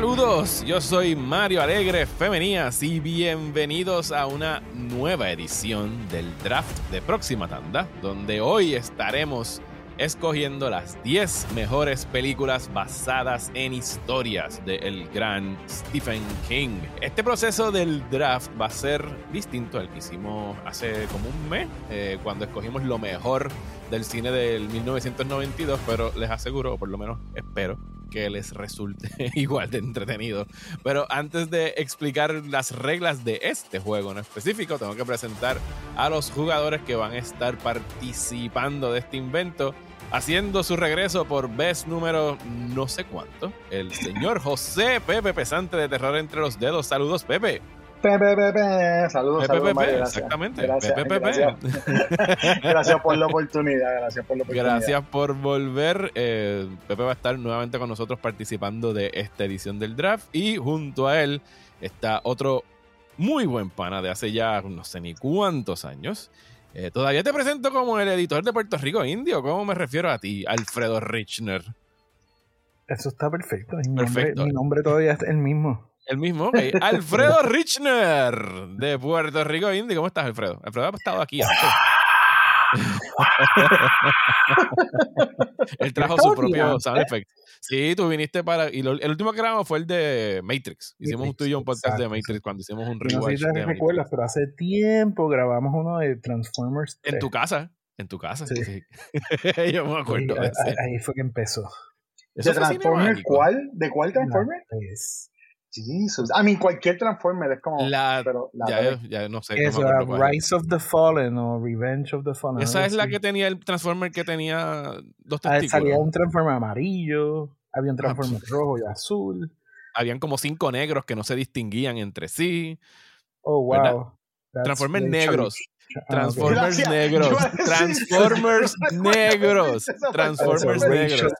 Saludos, yo soy Mario Alegre Femenías y bienvenidos a una nueva edición del Draft de Próxima Tanda, donde hoy estaremos escogiendo las 10 mejores películas basadas en historias del gran Stephen King. Este proceso del draft va a ser distinto al que hicimos hace como un mes, cuando escogimos lo mejor del cine del 1992, pero les aseguro, o por lo menos espero, que les resulte igual de entretenido. Pero antes de explicar las reglas de este juego en específico, tengo que presentar a los jugadores que van a estar participando de este invento, haciendo su regreso por vez número no sé cuánto, el señor José Pepe Pesante de Terror Entre los Dedos. Saludos, Pepe. Pepe. Saludos, Pepe, Mario, gracias. exactamente. Gracias, Pepe. Gracias por la oportunidad. Gracias por volver. Pepe va a estar nuevamente con nosotros participando de esta edición del draft. Y junto a él está otro muy buen pana de hace ya no sé ni cuántos años. Todavía te presento como el editor de Puerto Rico Indio. ¿Cómo me refiero a ti? Alfredo Richner. Eso está perfecto. Mi nombre todavía es el mismo. El mismo, ok. Alfredo Richner de Puerto Rico Indio. ¿Cómo estás, Alfredo? Alfredo ha estado aquí antes. Él trajo su propio sound effect. Sí, tú viniste para... Y el último que grabamos fue el de Matrix. Hicimos tú y yo un podcast de Matrix cuando hicimos un rewatch. No sé si te recuerdas, pero hace tiempo grabamos uno de Transformers 3. En tu casa. Sí. Yo me acuerdo de ese. Ahí fue que empezó. ¿De Transformers cuál? ¿De cuál Transformers? Jesus. Cualquier Transformer es como... ya no sé. Eso no era Rise of the Fallen o Revenge of the Fallen. Esa es la que tenía el Transformer que tenía dos testículos. Salía un Transformer amarillo, había un Transformer rojo y azul. Habían como 5 negros que no se distinguían entre sí. Oh, wow. Transformers negros. Transformers negros. Transformers negros. Transformers negros.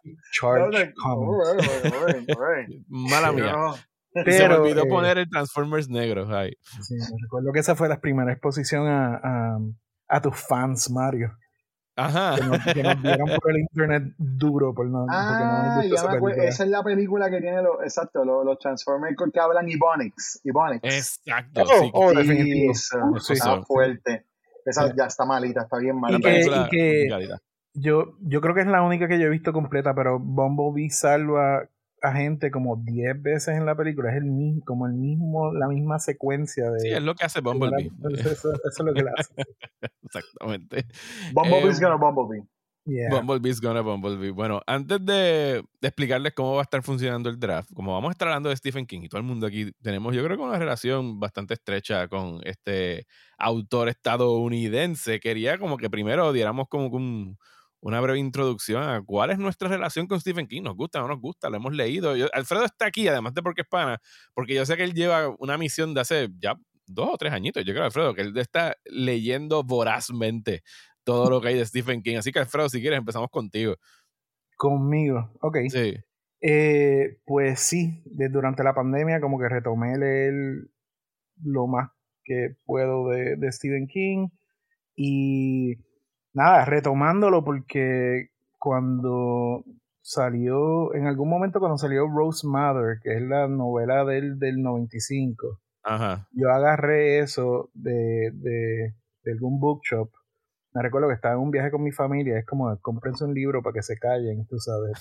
Mala mía. Pero, se me olvidó poner el Transformers negros ahí. Sí, me recuerdo que esa fue la primera exposición a tus fans, Mario. Ajá. Que nos vieron por el internet duro. Porque no esa es la película que tiene los Transformers que hablan Ebonics. Exacto. Definitivo. Eso está fuerte. Esa ya está malita, está bien malita. Yo creo que es la única que yo he visto completa, pero Bumblebee salva a gente como 10 veces en la película. Es la misma secuencia de... Sí, es lo que hace Bumblebee. Eso es lo que le hace. Exactamente. Bumblebee's gonna Bumblebee. Yeah. Bumblebee's gonna Bumblebee. Bueno, antes de explicarles cómo va a estar funcionando el draft, como vamos a estar hablando de Stephen King y todo el mundo aquí tenemos, yo creo que una relación bastante estrecha con este autor estadounidense, quería como que primero diéramos como una breve introducción a cuál es nuestra relación con Stephen King. ¿Nos gusta o no nos gusta? Lo hemos leído. Alfredo está aquí, además de porque es pana, porque yo sé que él lleva una misión de hace ya 2 o 3 añitos, yo creo, Alfredo, que él está leyendo vorazmente todo lo que hay de Stephen King. Así que, Alfredo, si quieres, empezamos contigo. ¿Conmigo? Ok. Sí. Pues sí, durante la pandemia como que retomé leer lo más que puedo de Stephen King y... Nada, retomándolo porque cuando salió Rose Mother, que es la novela del 95, ajá, yo agarré eso de algún bookshop. Me recuerdo que estaba en un viaje con mi familia, es como, cómprense un libro para que se callen, tú sabes,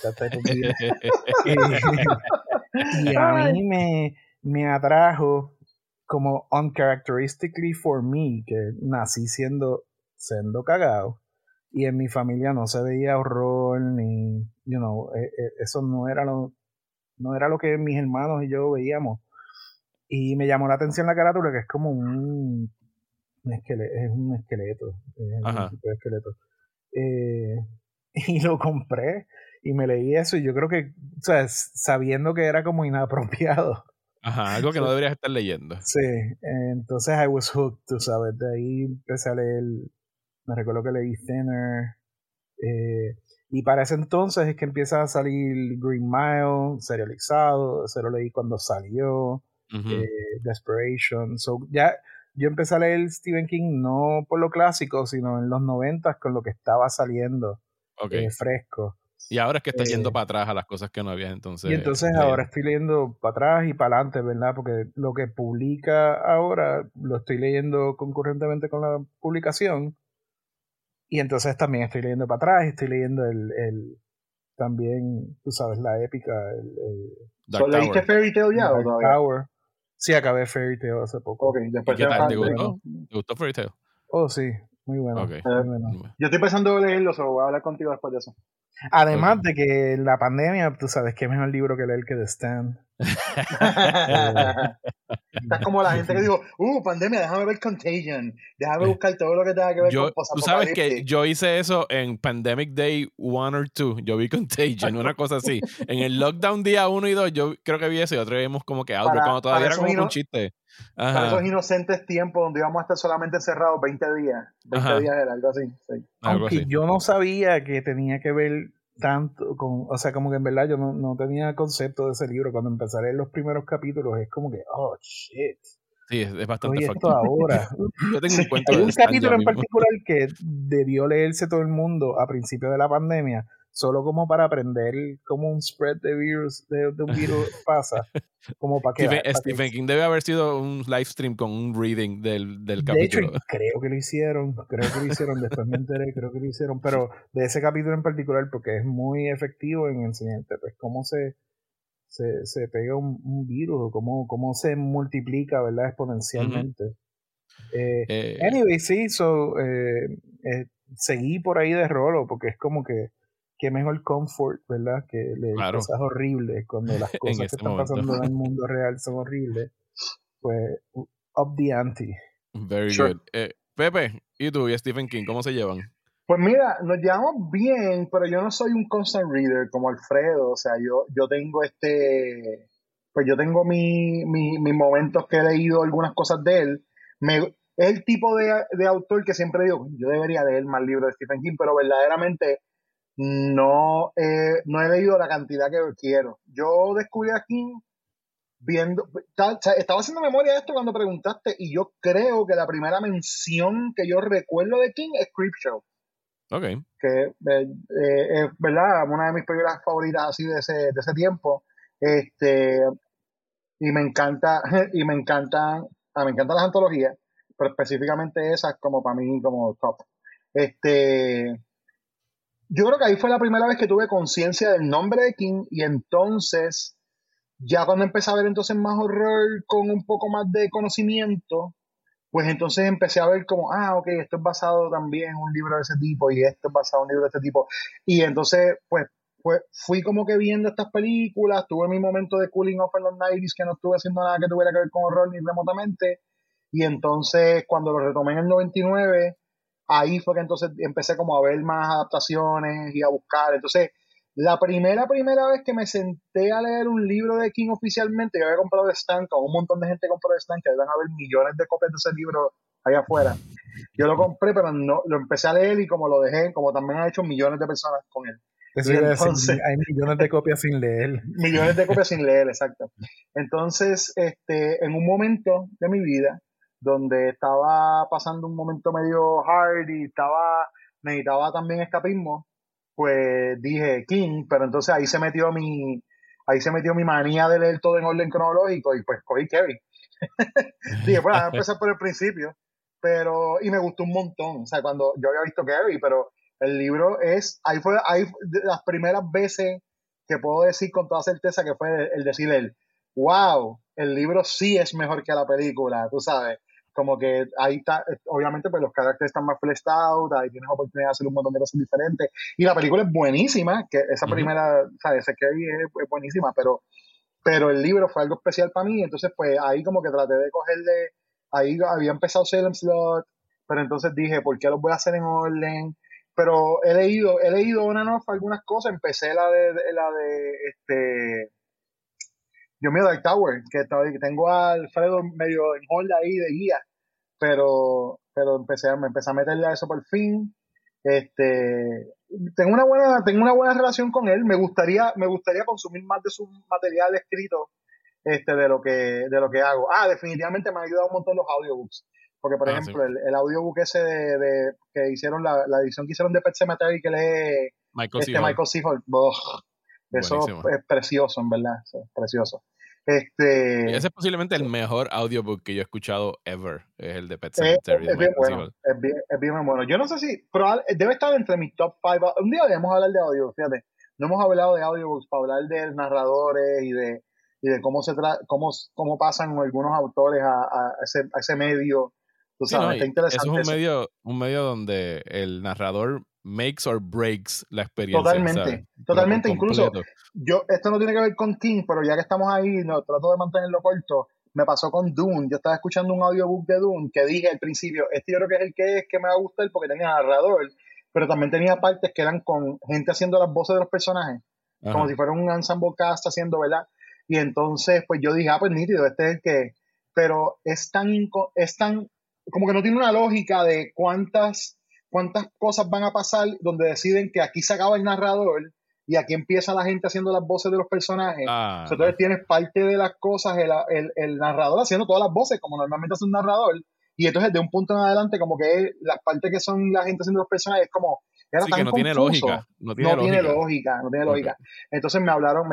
y a mí me atrajo como uncharacteristically for me, que nací siendo cagado. Y en mi familia no se veía horror ni, eso no era lo que mis hermanos y yo veíamos. Y me llamó la atención la carátula, que es como un esqueleto. Ajá. Un tipo de esqueleto. Y lo compré y me leí eso y yo creo que, o sea, sabiendo que era como inapropiado. Ajá, algo que no deberías estar leyendo. Sí, entonces I was hooked, tú sabes. De ahí empecé a leer. Me recuerdo que leí Thinner. Y para ese entonces es que empieza a salir Green Mile, serializado. Se lo leí cuando salió. Desperation. So, ya yo empecé a leer Stephen King no por lo clásico, sino en los 90 con lo que estaba saliendo fresco. Y ahora es que estás yendo para atrás a las cosas que no habías entonces. Y entonces ahora estoy leyendo para atrás y para adelante, ¿verdad? Porque lo que publica ahora lo estoy leyendo concurrentemente con la publicación. Y entonces también estoy leyendo para atrás, estoy leyendo también, tú sabes, la épica. ¿Leíste Fairy Tail ya o todavía? Tower. Sí, acabé Fairy Tail hace poco. Okay, después ¿Qué tal? ¿Te gustó? ¿Te gustó Fairy Tail? Oh, sí, muy bueno. Okay. Muy bueno. Yo estoy pensando en leerlo, so voy a hablar contigo después de eso. Además de que la pandemia, tú sabes que es mejor libro que leer que The Stand. Estás como la gente que digo, pandemia, déjame ver Contagion, déjame buscar todo lo que tenga que ver con Tú sabes que yo hice eso en Pandemic Day 1 or 2, yo vi Contagion, una cosa así. En el lockdown día 1 y 2, yo creo que vi eso y otro vimos como que Albert, cuando todavía era como un chiste. Ajá. Para esos inocentes tiempos donde íbamos a estar solamente encerrados 20 días. 20 días era algo así. Sí. Aunque yo no sabía que tenía que ver tanto con, o sea, como que en verdad yo no tenía concepto de ese libro. Cuando empecé a leer los primeros capítulos es como que, oh shit. Sí, es bastante factible. Esto ahora. Yo tengo un cuento. Hay un capítulo en particular que debió leerse todo el mundo a principio de la pandemia, solo como para aprender cómo un spread de virus de un virus pasa. Como para que Stephen King debe haber sido un live stream con un reading del capítulo. De hecho, creo que lo hicieron, después me enteré, creo que lo hicieron, pero de ese capítulo en particular, porque es muy efectivo en enseñarte pues cómo se pega un virus, o cómo se multiplica, ¿verdad? Exponencialmente. Anyway, sí, seguí por ahí de rolo, porque es como que mejor comfort, ¿verdad? Que leer cosas horribles cuando las cosas que están pasando en el mundo real son horribles. Pues, up the ante. Very good. Pepe, ¿y tú y Stephen King, cómo se llevan? Pues mira, nos llevamos bien, pero yo no soy un constant reader como Alfredo. O sea, yo tengo pues yo tengo mis momentos que he leído algunas cosas de él. Es el tipo de autor que siempre digo, yo debería leer más libros de Stephen King, pero verdaderamente no he leído la cantidad que quiero. Yo descubrí a King estaba haciendo memoria de esto cuando preguntaste, y yo creo que la primera mención que yo recuerdo de King es Creepshow. Okay. Que es verdad, una de mis películas favoritas así de ese tiempo. Y me encantan las antologías, pero específicamente esas como para mí como top. Yo creo que ahí fue la primera vez que tuve conciencia del nombre de King, y entonces ya cuando empecé a ver entonces más horror con un poco más de conocimiento, pues entonces empecé a ver como, ok, esto es basado también en un libro de ese tipo, y esto es basado en un libro de este tipo. Y entonces, pues fui como que viendo estas películas, tuve mi momento de cooling off en los 90s, que no estuve haciendo nada que tuviera que ver con horror ni remotamente. Y entonces, cuando lo retomé en el 99, ahí fue que entonces empecé como a ver más adaptaciones y a buscar. Entonces, la primera vez que me senté a leer un libro de King oficialmente, yo había comprado The Stand, con un montón de gente compró The Stand, que deben haber millones de copias de ese libro allá afuera. Yo lo compré, pero no lo empecé a leer, y como lo dejé, como también han hecho millones de personas con él. Entonces, hay millones de copias sin leer. Millones de copias sin leer, exacto. Entonces, en un momento de mi vida donde estaba pasando un momento medio hard y necesitaba también escapismo, pues dije King, pero entonces ahí se metió mi manía de leer todo en orden cronológico, y pues cogí Carrie. Dije, pues a empezar por el principio, y me gustó un montón. O sea, cuando yo había visto Carrie, pero el libro ahí fue las primeras veces que puedo decir con toda certeza que fue el decirle, wow, el libro sí es mejor que la película, tú sabes. Como que ahí está, obviamente pues los caracteres están más fleshed out, ahí tienes oportunidad de hacer un montón de cosas diferentes, y la película es buenísima, que esa primera, ¿sabes? Ese Carrie es buenísima, pero el libro fue algo especial para mí. Entonces pues ahí como que traté de cogerle, ahí había empezado Salem Slot, pero entonces dije, ¿por qué los voy a hacer en orden? Pero he leído on and off algunas cosas. Empecé la de Dios mío, Dark Tower, que tengo a Alfredo medio en hold ahí de guía, pero me empecé a meterle a eso por fin. Tengo una buena relación con él. Me gustaría consumir más de su material escrito, de lo que hago. Definitivamente me ha ayudado un montón los audiobooks, porque por ejemplo, sí, el audiobook ese que hicieron, la edición que hicieron de Pet Sematary, que lee Michael C. Hall. Michael C. Hall. Eso Buenísimo. es precioso, en verdad. Eso es precioso. Ese es posiblemente el mejor audiobook que yo he escuchado ever. Es el de Pet Sematary. Es bien bueno. Es bien bueno. Yo no sé si... debe estar entre mis top 5. Un día debemos hablar de audio, fíjate. No hemos hablado de audiobooks para hablar de narradores y de cómo pasan algunos autores a ese medio. Tú sabes, está interesante. Eso es un medio donde el narrador makes or breaks la experiencia. Totalmente. Incluso, esto no tiene que ver con King, pero ya que estamos ahí, trato de mantenerlo corto. Me pasó con Dune. Yo estaba escuchando un audiobook de Dune que dije al principio, yo creo que es el que me va a gustar porque tenía narrador, pero también tenía partes que eran con gente haciendo las voces de los personajes, como si fuera un ensemble cast haciendo, ¿verdad? Y entonces, pues yo dije, pues nítido, este es el que... Pero es tan como que no tiene una lógica de cuántas cosas van a pasar donde deciden que aquí se acaba el narrador y aquí empieza la gente haciendo las voces de los personajes. Entonces tienes parte de las cosas, el narrador haciendo todas las voces como normalmente hace un narrador, y entonces de un punto en adelante como que las partes que son la gente haciendo los personajes es como era tan que no confuso, tiene lógica. No tiene lógica. Entonces me hablaron,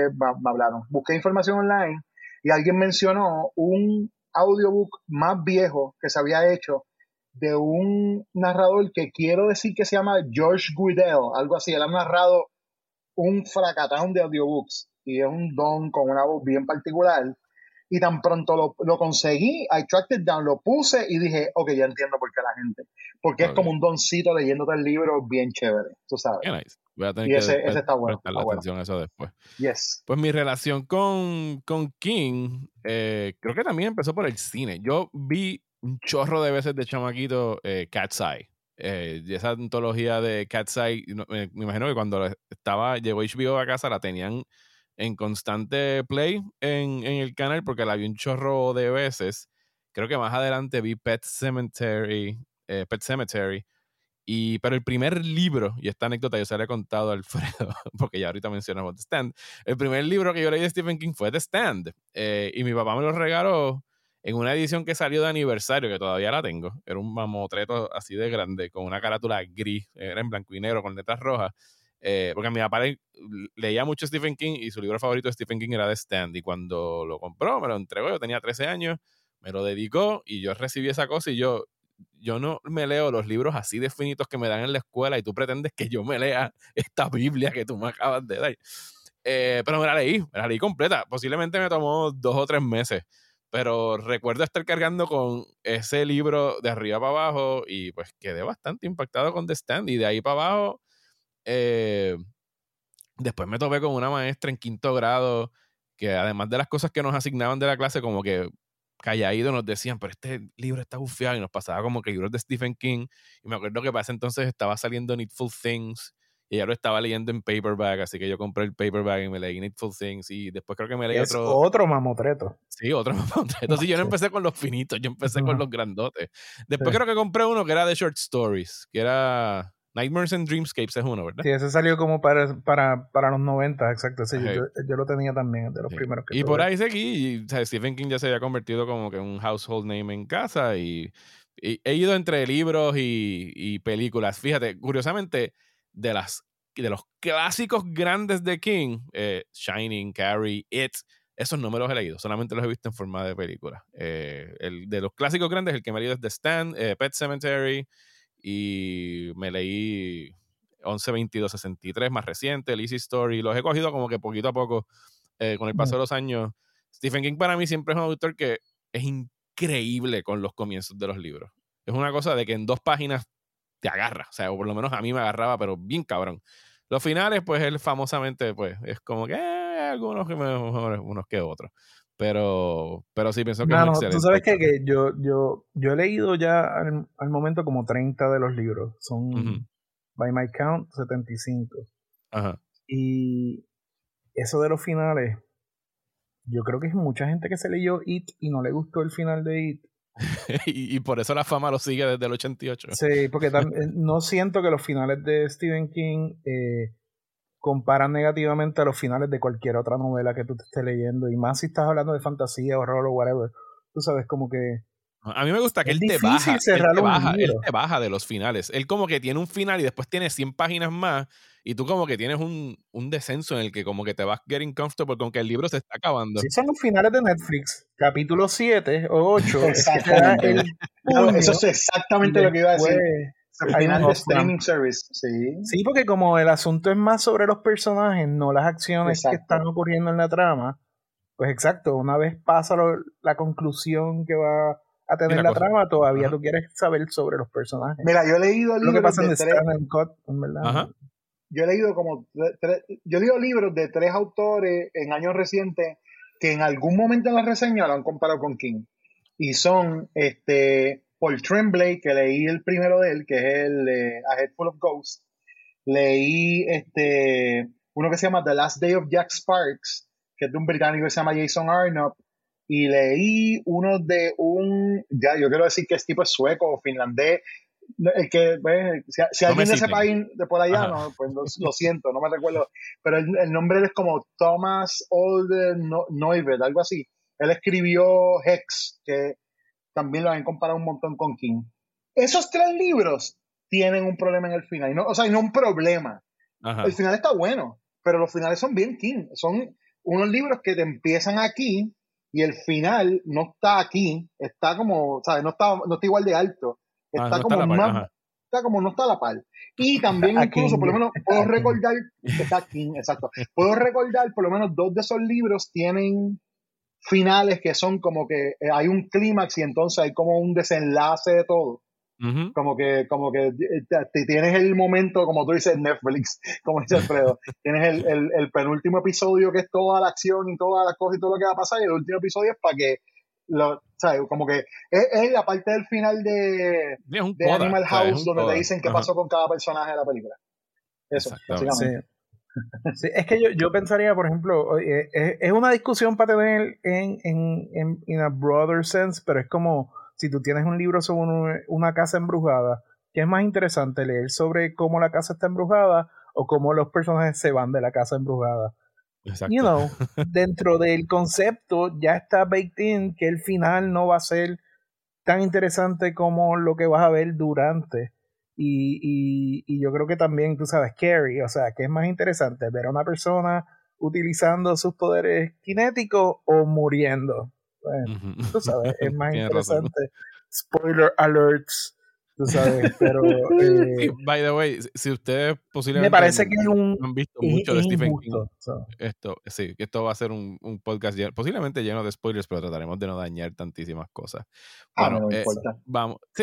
busqué información online y alguien mencionó un audiobook más viejo que se había hecho de un narrador que quiero decir que se llama George Guidell, algo así. Él ha narrado un fracatán de audiobooks y es un don con una voz bien particular. Y tan pronto lo conseguí, I tracked it down, lo puse y dije, ok, ya entiendo por qué la gente. Porque es como un doncito leyéndote el libro bien chévere, tú sabes. Qué nice. Voy a tener ese está bueno. prestarle atención a eso después. Yes. Pues mi relación con King, creo que también empezó por el cine. Yo vi un chorro de veces de chamaquito Cat's Eye. Y esa antología de Cat's Eye, me imagino que cuando llegó HBO a casa la tenían en constante play en el canal porque la vi un chorro de veces. Creo que más adelante vi Pet Sematary. Pero el primer libro, y esta anécdota yo se la he contado a Alfredo, porque ya ahorita mencionamos The Stand, el primer libro que yo leí de Stephen King fue The Stand, y mi papá me lo regaló en una edición que salió de aniversario, que todavía la tengo. Era un mamotreto así de grande, con una carátula gris, era en blanco y negro, con letras rojas, porque mi papá leía mucho Stephen King, y su libro favorito de Stephen King era The Stand, y cuando lo compró, me lo entregó, yo tenía 13 años, me lo dedicó, y yo recibí esa cosa, y yo no me leo los libros así de finitos que me dan en la escuela y tú pretendes que yo me lea esta Biblia que tú me acabas de dar. Pero me la leí completa. Posiblemente me tomó 2 o 3 meses, pero recuerdo estar cargando con ese libro de arriba para abajo y pues quedé bastante impactado con The Stand, y de ahí para abajo después me topé con una maestra en 5º grado que además de las cosas que nos asignaban de la clase, como que calladito nos decían, pero este libro está bufiado, y nos pasaba como que libros de Stephen King, y me acuerdo que para ese entonces estaba saliendo Needful Things y ella lo estaba leyendo en paperback, así que yo compré el paperback y me leí Needful Things, y después creo que me leí otro mamotreto. Sí, otro mamotreto. Sí, yo no empecé con los finitos, yo empecé con los grandotes. Después creo que compré uno que era de short stories, que era Nightmares and Dreamscapes, es uno, ¿verdad? Sí, ese salió como para los 90, exacto. Sí, yo lo tenía también, de los primeros que y tuve. por ahí seguí, y, o sea, Stephen King ya se había convertido como que un household name en casa, y he ido entre libros y películas. Fíjate, curiosamente, de los clásicos grandes de King, Shining, Carrie, It, esos no me los he leído, solamente los he visto en forma de película. El de los clásicos grandes, el que me he leído es The Stand, Pet Sematary, y me leí 11-22-63 más reciente, el Easy Story. Los he cogido como que poquito a poco con el paso de los años. Stephen King para mí siempre es un autor que es increíble con los comienzos de los libros. Es una cosa de que en 2 páginas te agarra, o sea, o por lo menos a mí me agarraba, pero bien cabrón. Los finales, pues él famosamente, pues es como que algunos que mejores unos que otros. Pero sí pienso que es un excelente. Tú sabes que yo he leído ya al momento como 30 de los libros. Son, by my count, 75. Ajá. Y eso de los finales, yo creo que es mucha gente que se leyó It y no le gustó el final de It. y por eso la fama lo sigue desde el 88. Sí, porque no siento que los finales de Stephen King comparan negativamente a los finales de cualquier otra novela que tú te estés leyendo, y más si estás hablando de fantasía, horror o whatever. Tú sabes, como que A mí me gusta que es él te difícil baja, cerrar un él libro. te baja de los finales. Él como que tiene un final y después tiene 100 páginas más y tú como que tienes un descenso en el que como que te vas getting comfortable con que el libro se está acabando. Sí, son los finales de Netflix. Capítulo 7 o 8 es que te da Exactamente. el Claro, puño eso es exactamente y lo que iba a decir. después El hay un final de off-ramp. streaming service, sí. Sí, porque como el asunto es más sobre los personajes, no las acciones que Exacto. están ocurriendo en la trama, pues exacto, una vez pasa la conclusión que va a Y tener la la cosa. trama, todavía Ajá. tú quieres saber sobre los personajes. Mira, yo he leído Lo que libros pasa en de The tres, Stand and Cut, en verdad. Ajá. yo he leído yo he leído libros de 3 autores en años recientes que en algún momento en la reseña lo han comparado con King. Y son Paul Tremblay, que leí el primero de él, que es el A Head Full of Ghosts. Leí uno que se llama The Last Day of Jack Sparks, que es de un británico que se llama Jason Arnott. Y leí uno de ya yo quiero decir que es tipo sueco o finlandés, el que, pues, si No alguien me de ese citen. país, de por allá, Ajá. no, pues lo siento, no me recuerdo, pero el nombre es como Thomas Neuved, algo así. Él escribió Hex, que también lo han comparado un montón con King. Esos 3 libros tienen un problema en el final, o sea, no un problema. Ajá. El final está bueno, pero los finales son bien King. Son unos libros que te empiezan aquí y el final no está aquí, está como, ¿sabes? No está igual de alto. Está no está como la parte. más, Ajá. está como no está a la par. Y también incluso, por lo menos, puedo recordar, está King, exacto. Puedo recordar, por lo menos 2 de esos libros tienen finales que son como que hay un clímax y entonces hay como un desenlace de todo. Uh-huh. Como que tienes el momento, como tú dices, Netflix, como dice Alfredo, tienes el penúltimo episodio que es toda la acción y todas las cosas y todo lo que va a pasar, y el último episodio es para que ¿sabes? Como que es la parte del final de Animal House, donde te dicen qué pasó con cada personaje de la película. Eso, básicamente. Sí. Sí, es que yo pensaría, por ejemplo, es una discusión para tener en a broader sense, pero es como si tú tienes un libro sobre una casa embrujada, ¿qué es más interesante, leer sobre cómo la casa está embrujada o cómo los personajes se van de la casa embrujada? Exacto. You know, dentro del concepto ya está baked in que el final no va a ser tan interesante como lo que vas a ver durante. Y yo creo que también, tú sabes, Carrie, o sea, ¿qué es más interesante? ¿Ver a una persona utilizando sus poderes cinéticos o muriendo? Bueno, tú sabes, es más interesante. Razón. Spoiler alerts, tú sabes, pero... sí, by the way, si ustedes posiblemente me parece que han visto mucho de Stephen injusto, King, esto va a ser un podcast posiblemente lleno de spoilers, pero trataremos de no dañar tantísimas cosas. Bueno, no importa. Vamos. Sí,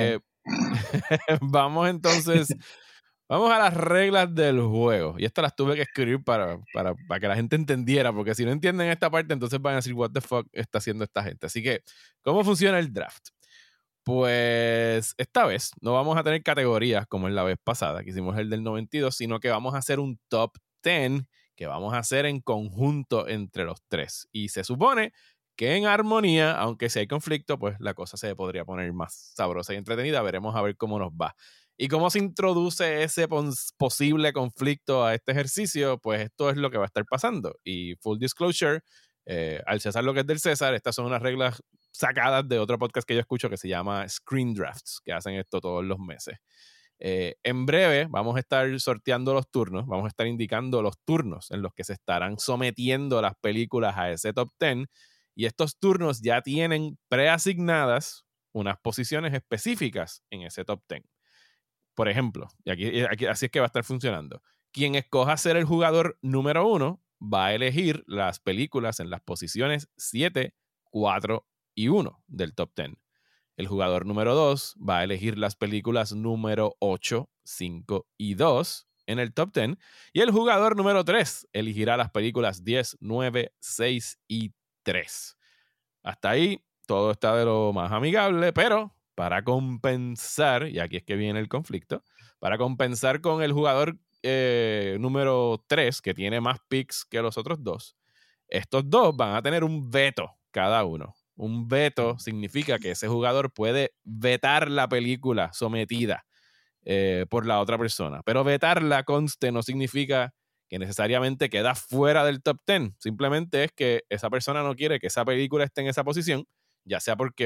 vamos entonces... Vamos a las reglas del juego. Y estas las tuve que escribir para que la gente entendiera, porque si no entienden esta parte, entonces van a decir, what the fuck está haciendo esta gente. Así que, ¿cómo funciona el draft? Pues esta vez no vamos a tener categorías como en la vez pasada, que hicimos el del 92, sino que vamos a hacer un top 10 que vamos a hacer en conjunto entre los 3. Y se supone que en armonía, aunque si hay conflicto, pues la cosa se podría poner más sabrosa y entretenida. Veremos a ver cómo nos va. ¿Y cómo se introduce ese posible conflicto a este ejercicio? Pues esto es lo que va a estar pasando. Y full disclosure, al César lo que es del César, estas son unas reglas sacadas de otro podcast que yo escucho que se llama Screen Drafts, que hacen esto todos los meses. En breve vamos a estar sorteando los turnos, vamos a estar indicando los turnos en los que se estarán sometiendo las películas a ese top 10, y estos turnos ya tienen preasignadas unas posiciones específicas en ese top 10. Por ejemplo, y aquí así es que va a estar funcionando. Quien escoja ser el jugador número 1 va a elegir las películas en las posiciones 7, 4 y 1 del top 10. El jugador número 2 va a elegir las películas número 8, 5 y 2 en el top 10. Y el jugador número 3 elegirá las películas 10, 9, 6 y 3. Hasta ahí todo está de lo más amigable, pero para compensar, y aquí es que viene el conflicto, para compensar con el jugador número 3, que tiene más picks que los otros dos, estos dos van a tener un veto cada uno. Un veto significa que ese jugador puede vetar la película sometida por la otra persona. Pero vetarla, conste, no significa que necesariamente queda fuera del top 10. Simplemente es que esa persona no quiere que esa película esté en esa posición, ya sea porque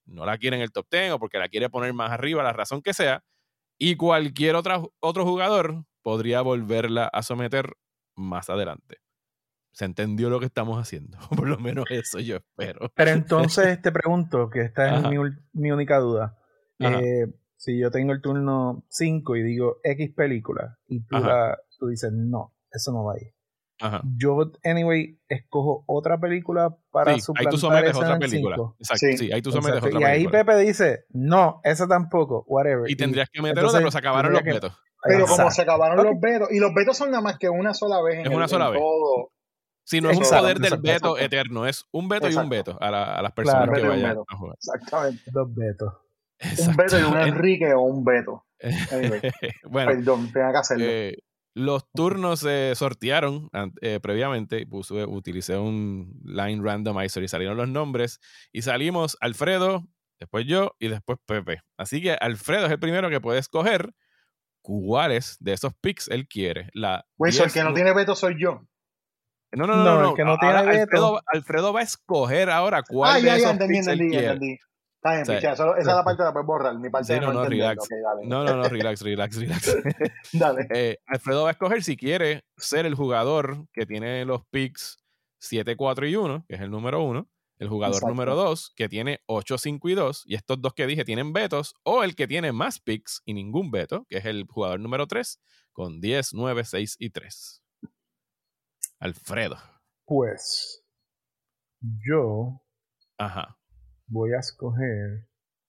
no la quiere en el top 10 o porque la quiere poner más arriba, la razón que sea, y cualquier otro jugador podría volverla a someter más adelante. Se entendió lo que estamos haciendo. Por lo menos eso yo espero. Pero entonces te pregunto, que esta es mi única duda. Si yo tengo el turno 5 y digo X película y tú dices, no, eso no va ahí. Yo, anyway, escojo otra película para suplantar. Ahí tú sometes otra película. Exacto, sí, ahí tú sometes otra película. Y ahí Pepe dice, no, esa tampoco, whatever. Y tendrías que meter otra, pero se acabaron los vetos. Pero como se acabaron los vetos, y los vetos son nada más que una sola vez en una sola vez. Todo. Si no es un poder del veto eterno, es un veto y un veto a las personas que vayan a jugar. Exactamente. 2 vetos. Un veto y un Enrique o un veto. Bueno, perdón, tenía que hacerlo. Los turnos se sortearon previamente. Utilicé un line randomizer y salieron los nombres. Y salimos Alfredo, después yo y después Pepe. Así que Alfredo es el primero que puede escoger cuáles de esos picks él quiere. El que no tiene veto soy yo. No. El que no tiene veto. Alfredo va a escoger ahora cuál de esos picks él quiere. Entendí. Está bien, esa es la parte de la puedes borrar. Mi parte relax. Okay, dale. No, relax. Dale. Alfredo va a escoger si quiere ser el jugador que tiene los picks 7, 4 y 1, que es el número 1, el jugador número 2, que tiene 8, 5 y 2, y estos dos que dije tienen vetos, o el que tiene más picks y ningún veto, que es el jugador número 3, con 10, 9, 6 y 3. Alfredo. Pues yo voy a escoger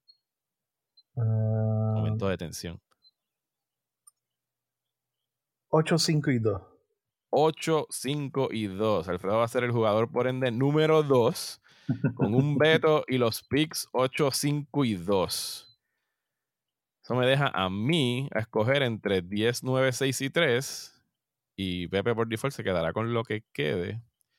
momento de tensión. 8, 5 y 2. 8, 5 y 2. Alfredo va a ser el jugador, por ende, número 2, con un veto y los picks 8, 5 y 2. Eso me deja a mí a escoger entre 10, 9, 6 y 3. Y Pepe por default se quedará con lo que quede.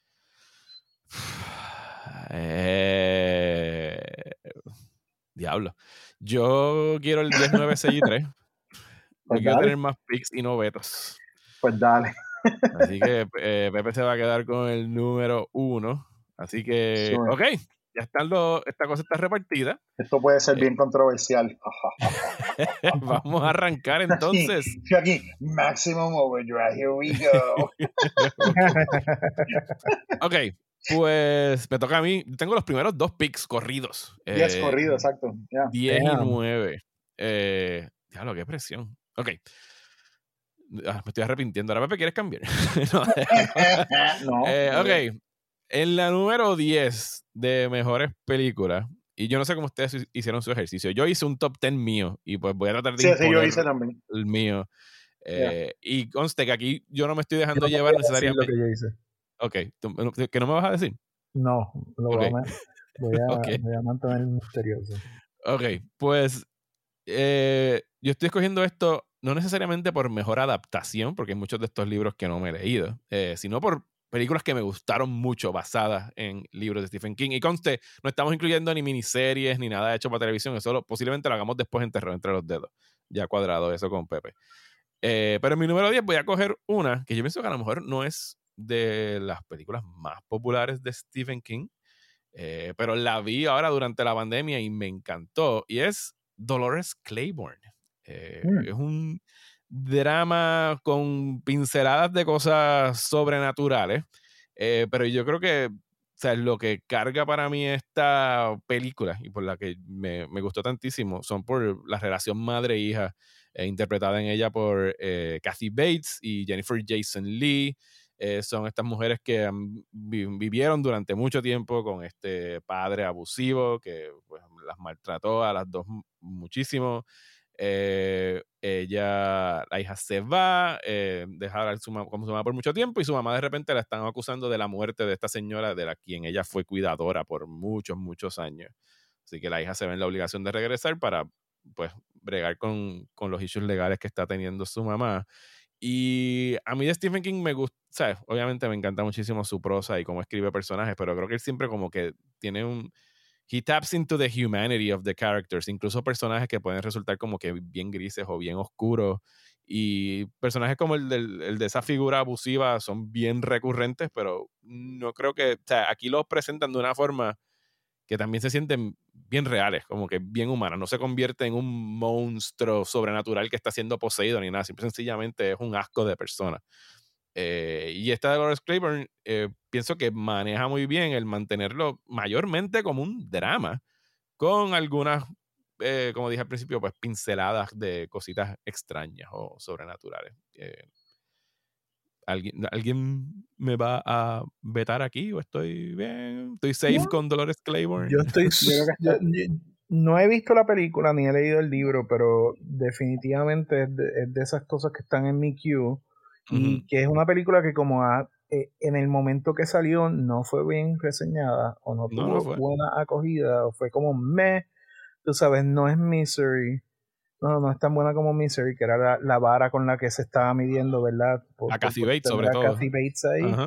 Diablo. Yo quiero el 10, 9, 6 y 3. Pues quiero tener más picks y no vetos. Pues dale. Así que Pepe se va a quedar con el número 1. Así que, ok, ya esta cosa está repartida. Esto puede ser bien controversial. Vamos a arrancar entonces. Aquí, Maximum Overdrive, here we go. Ok, pues me toca a mí. Tengo los primeros 2 picks corridos. 10 corridos, exacto. 10 y 9. Diablo, qué presión. Ok. Me estoy arrepintiendo. Ahora, Pepe, ¿quieres cambiar? No. Ok. En la número 10 de mejores películas, y yo no sé cómo ustedes hicieron su ejercicio. Yo hice un top 10 mío y pues voy a tratar de imponer yo hice también. el mío. Y conste que aquí yo no me estoy dejando llevar necesariamente. Lo que yo hice. Ok. ¿Que no me vas a decir? No, voy a mantener misterioso. Ok, pues yo estoy escogiendo esto no necesariamente por mejor adaptación, porque hay muchos de estos libros que no me he leído, sino por películas que me gustaron mucho basadas en libros de Stephen King. Y conste, no estamos incluyendo ni miniseries ni nada hecho para televisión, eso posiblemente lo hagamos después entre los dedos. Ya cuadrado eso con Pepe. Pero en mi número 10 voy a coger una que yo pienso que a lo mejor no es de las películas más populares de Stephen King, pero la vi ahora durante la pandemia y me encantó, y es Dolores Claiborne. Es un drama con pinceladas de cosas sobrenaturales, pero yo creo que lo que carga para mí esta película y por la que me gustó tantísimo son por la relación madre-hija interpretada en ella por Kathy Bates y Jennifer Jason Leigh. Son estas mujeres que vivieron durante mucho tiempo con este padre abusivo que pues, las maltrató a las dos muchísimo. La hija se va, deja a su mamá por mucho tiempo, y su mamá de repente la están acusando de la muerte de esta señora de la quien ella fue cuidadora por muchos, muchos años. Así que la hija se ve en la obligación de regresar para pues bregar con los issues legales que está teniendo su mamá. Y a mí de Stephen King me gusta, ¿sabes? Obviamente me encanta muchísimo su prosa y cómo escribe personajes, pero creo que él siempre como que tiene he taps into the humanity of the characters, incluso personajes que pueden resultar como que bien grises o bien oscuros, y personajes como el de esa figura abusiva son bien recurrentes, pero no creo que, o sea, aquí los presentan de una forma que también se sienten bien reales, como que bien humanas. No se convierte en un monstruo sobrenatural que está siendo poseído ni nada. Simple sencillamente es un asco de persona. Y esta de Dolores Claiborne, pienso que maneja muy bien el mantenerlo mayormente como un drama, con algunas, como dije al principio, pues pinceladas de cositas extrañas o sobrenaturales. ¿Alguien me va a vetar aquí o estoy bien? ¿Estoy safe con Dolores Claiborne? Yo estoy... yo no he visto la película ni he leído el libro, pero definitivamente es de esas cosas que están en mi queue y que es una película que como en el momento que salió no fue bien reseñada o no tuvo buena acogida o fue como tú sabes, no es Misery. No es tan buena como Misery, que era la vara con la que se estaba midiendo, ¿verdad? A Kathy Bates, sobre todo. Kathy Bates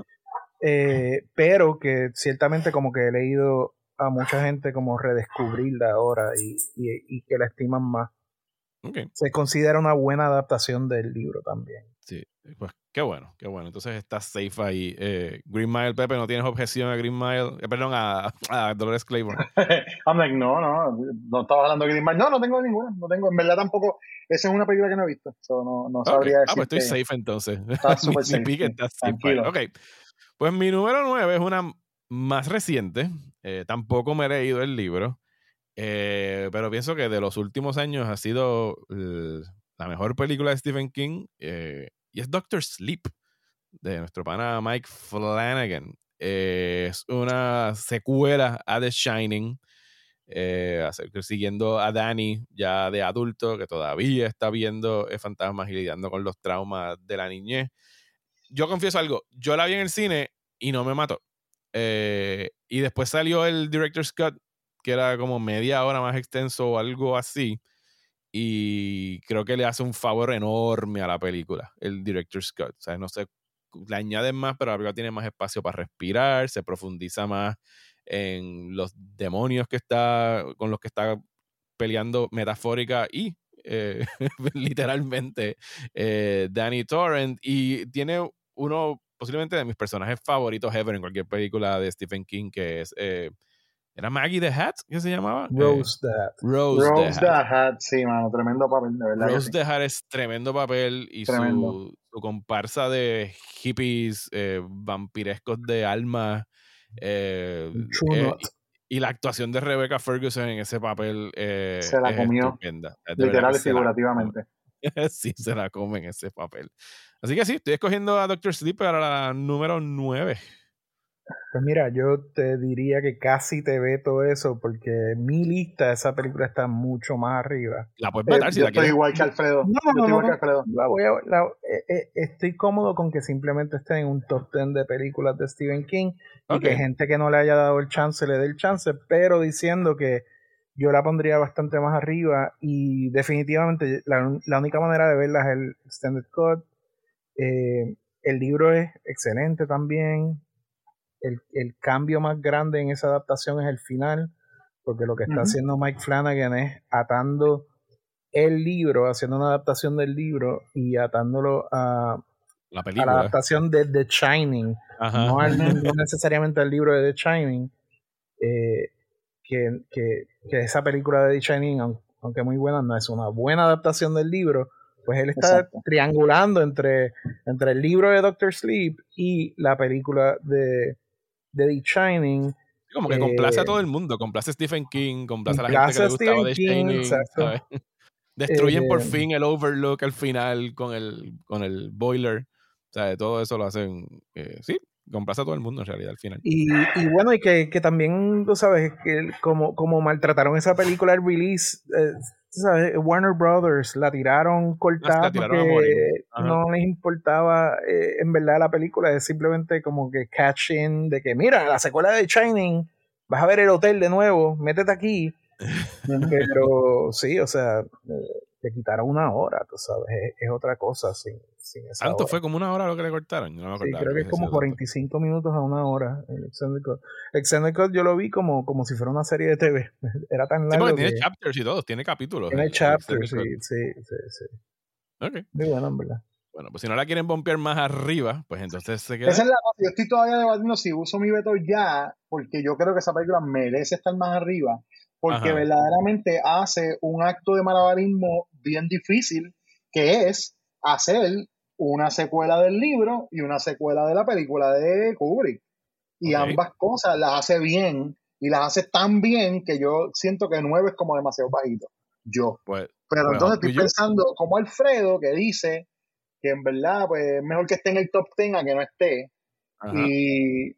ahí. Pero que ciertamente como que he leído a mucha gente como redescubrirla ahora y que la estiman más. Okay. Se considera una buena adaptación del libro también. Sí, pues qué bueno. Entonces estás safe ahí. Green Mile, Pepe, ¿no tienes objeción a Green Mile? Perdón, a Dolores Claiborne. I'm like, no estabas hablando de Green Mile. No tengo ninguna. No tengo, en verdad tampoco. Esa es una película que no he visto. So no sabría decir. Pues estoy safe entonces. Está súper safe. Está safe. Ok. Pues mi número 9 es una más reciente. Tampoco me he leído el libro. Pero pienso que de los últimos años ha sido la mejor película de Stephen King, y es Doctor Sleep, de nuestro pana Mike Flanagan. Es una secuela a The Shining, siguiendo a Danny ya de adulto, que todavía está viendo fantasmas y lidiando con los traumas de la niñez. Yo confieso algo, yo la vi en el cine y no me mató. Y después salió el Director's Cut, que era como media hora más extenso o algo así, y creo que le hace un favor enorme a la película, el Director's Cut. O sea, no sé, le añaden más, pero la película tiene más espacio para respirar, se profundiza más en los demonios con los que está peleando metafórica y literalmente Danny Torrance, y tiene uno posiblemente de mis personajes favoritos ever en cualquier película de Stephen King, que es ¿era Maggie the Hat? ¿Qué se llamaba? Rose the Hat. Rose the Hat, sí, mano, tremendo papel, de verdad. Rose the Hat es tremendo papel, y su comparsa de hippies vampirescos de alma, y la actuación de Rebecca Ferguson en ese papel se la comió, estupenda. literal y figurativamente. Sí, se la come en ese papel. Así que sí, estoy escogiendo a Doctor Sleep para la número 9. Pues mira, yo te diría que casi te veto eso, porque en mi lista esa película está mucho más arriba. La puedes vetar si la quieres. Estoy igual que Alfredo. Estoy cómodo con que simplemente esté en un top 10 de películas de Stephen King, y que gente que no le haya dado el chance le dé el chance, pero diciendo que yo la pondría bastante más arriba, y definitivamente la única manera de verla es el Extended Cut. El libro es excelente también. El cambio más grande en esa adaptación es el final, porque lo que está haciendo Mike Flanagan es atando el libro, haciendo una adaptación del libro y atándolo a la película, a la adaptación de The Shining, no necesariamente al libro de The Shining, que esa película de The Shining, aunque muy buena, no es una buena adaptación del libro. Pues él está triangulando entre el libro de Doctor Sleep y la película de The Shining. Como que complace a todo el mundo, complace a Stephen King, complace a la gente que le gustaba The Shining, ¿sabes? Destruyen por fin el Overlook al final con el boiler. O sea, todo eso lo hacen, sí, complace a todo el mundo en realidad al final. Y bueno, y que también, tú sabes, que como maltrataron esa película al release, ¿sabes? Warner Brothers la tiraron cortada porque no les importaba en verdad la película. Es simplemente como que catch-in de que, mira, la secuela de Shining, vas a ver el hotel de nuevo, métete aquí. Pero sí, o sea, le quitaron una hora, tú sabes, es otra cosa sin esa ¿Tanto hora. Fue como una hora lo que le cortaron? Yo no me acordaba. Sí, creo que es como 45 minutos a una hora el Extended Cut. Extended Cut yo lo vi como si fuera una serie de TV. Era tan largo. Sí, porque tiene chapters y todo, tiene capítulos. Tiene chapters, sí. Okay. Muy bueno, en verdad. Bueno, pues si no la quieren bombear más arriba, pues entonces se queda. Esa es la cosa. Yo estoy todavía debatiendo si uso mi veto ya, porque yo creo que esa película merece estar más arriba, porque Ajá. verdaderamente hace un acto de malabarismo bien difícil, que es hacer una secuela del libro y una secuela de la película de Kubrick. Y Ok. ambas cosas las hace bien, y las hace tan bien que yo siento que 9 es como demasiado bajito. Yo. Pues, Pero pues, entonces estoy yo. pensando como Alfredo, que dice que en verdad pues es mejor que esté en el top 10 a que no esté. Ajá. Y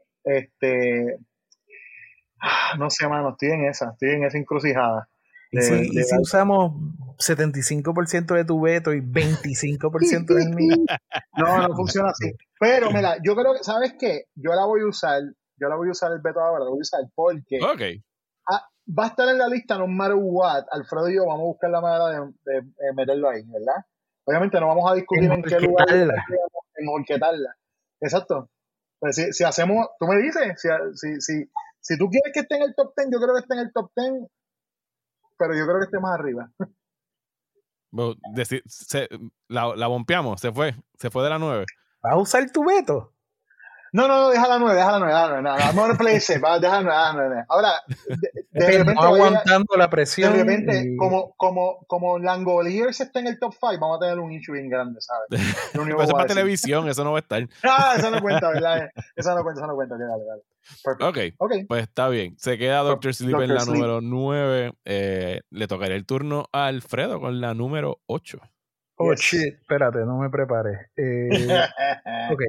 no sé, mano, estoy en esa encrucijada. ¿Y si usamos 75% de tu veto y 25% del mío? No funciona así. Pero mira, yo creo que, ¿sabes qué? Yo la voy a usar el veto ahora, la voy a usar porque Ok. va a estar en la lista no matter what. Alfredo y yo vamos a buscar la manera de meterlo ahí, ¿verdad? Obviamente no vamos a discutir en qué lugar lo Enmorquetarla. pondríamos, en orquetarla. Exacto. Pues si hacemos, tú me dices, si tú quieres que esté en el top 10, yo creo que esté en el top 10, pero yo creo que esté más arriba. Bueno, la bompeamos, se fue de la 9. ¿Vas a usar tu veto? No, deja la 9. Vamos a play safe, deja la 9. Ahora, de repente No vaya, aguantando la de presión. repente, como Langoliers está en el top 5, vamos a tener un issue bien grande, ¿sabes? Pero eso es para televisión, eso no va a estar. Eso no cuenta, ¿verdad? Eso no cuenta. Dale. Perfecto. Ok, pues está bien. Se queda Doctor Sleep en Doctor la Sleep. número 9. Le tocaría el turno a Alfredo con la número 8. Oh, shit, espérate, no me preparé. Ok.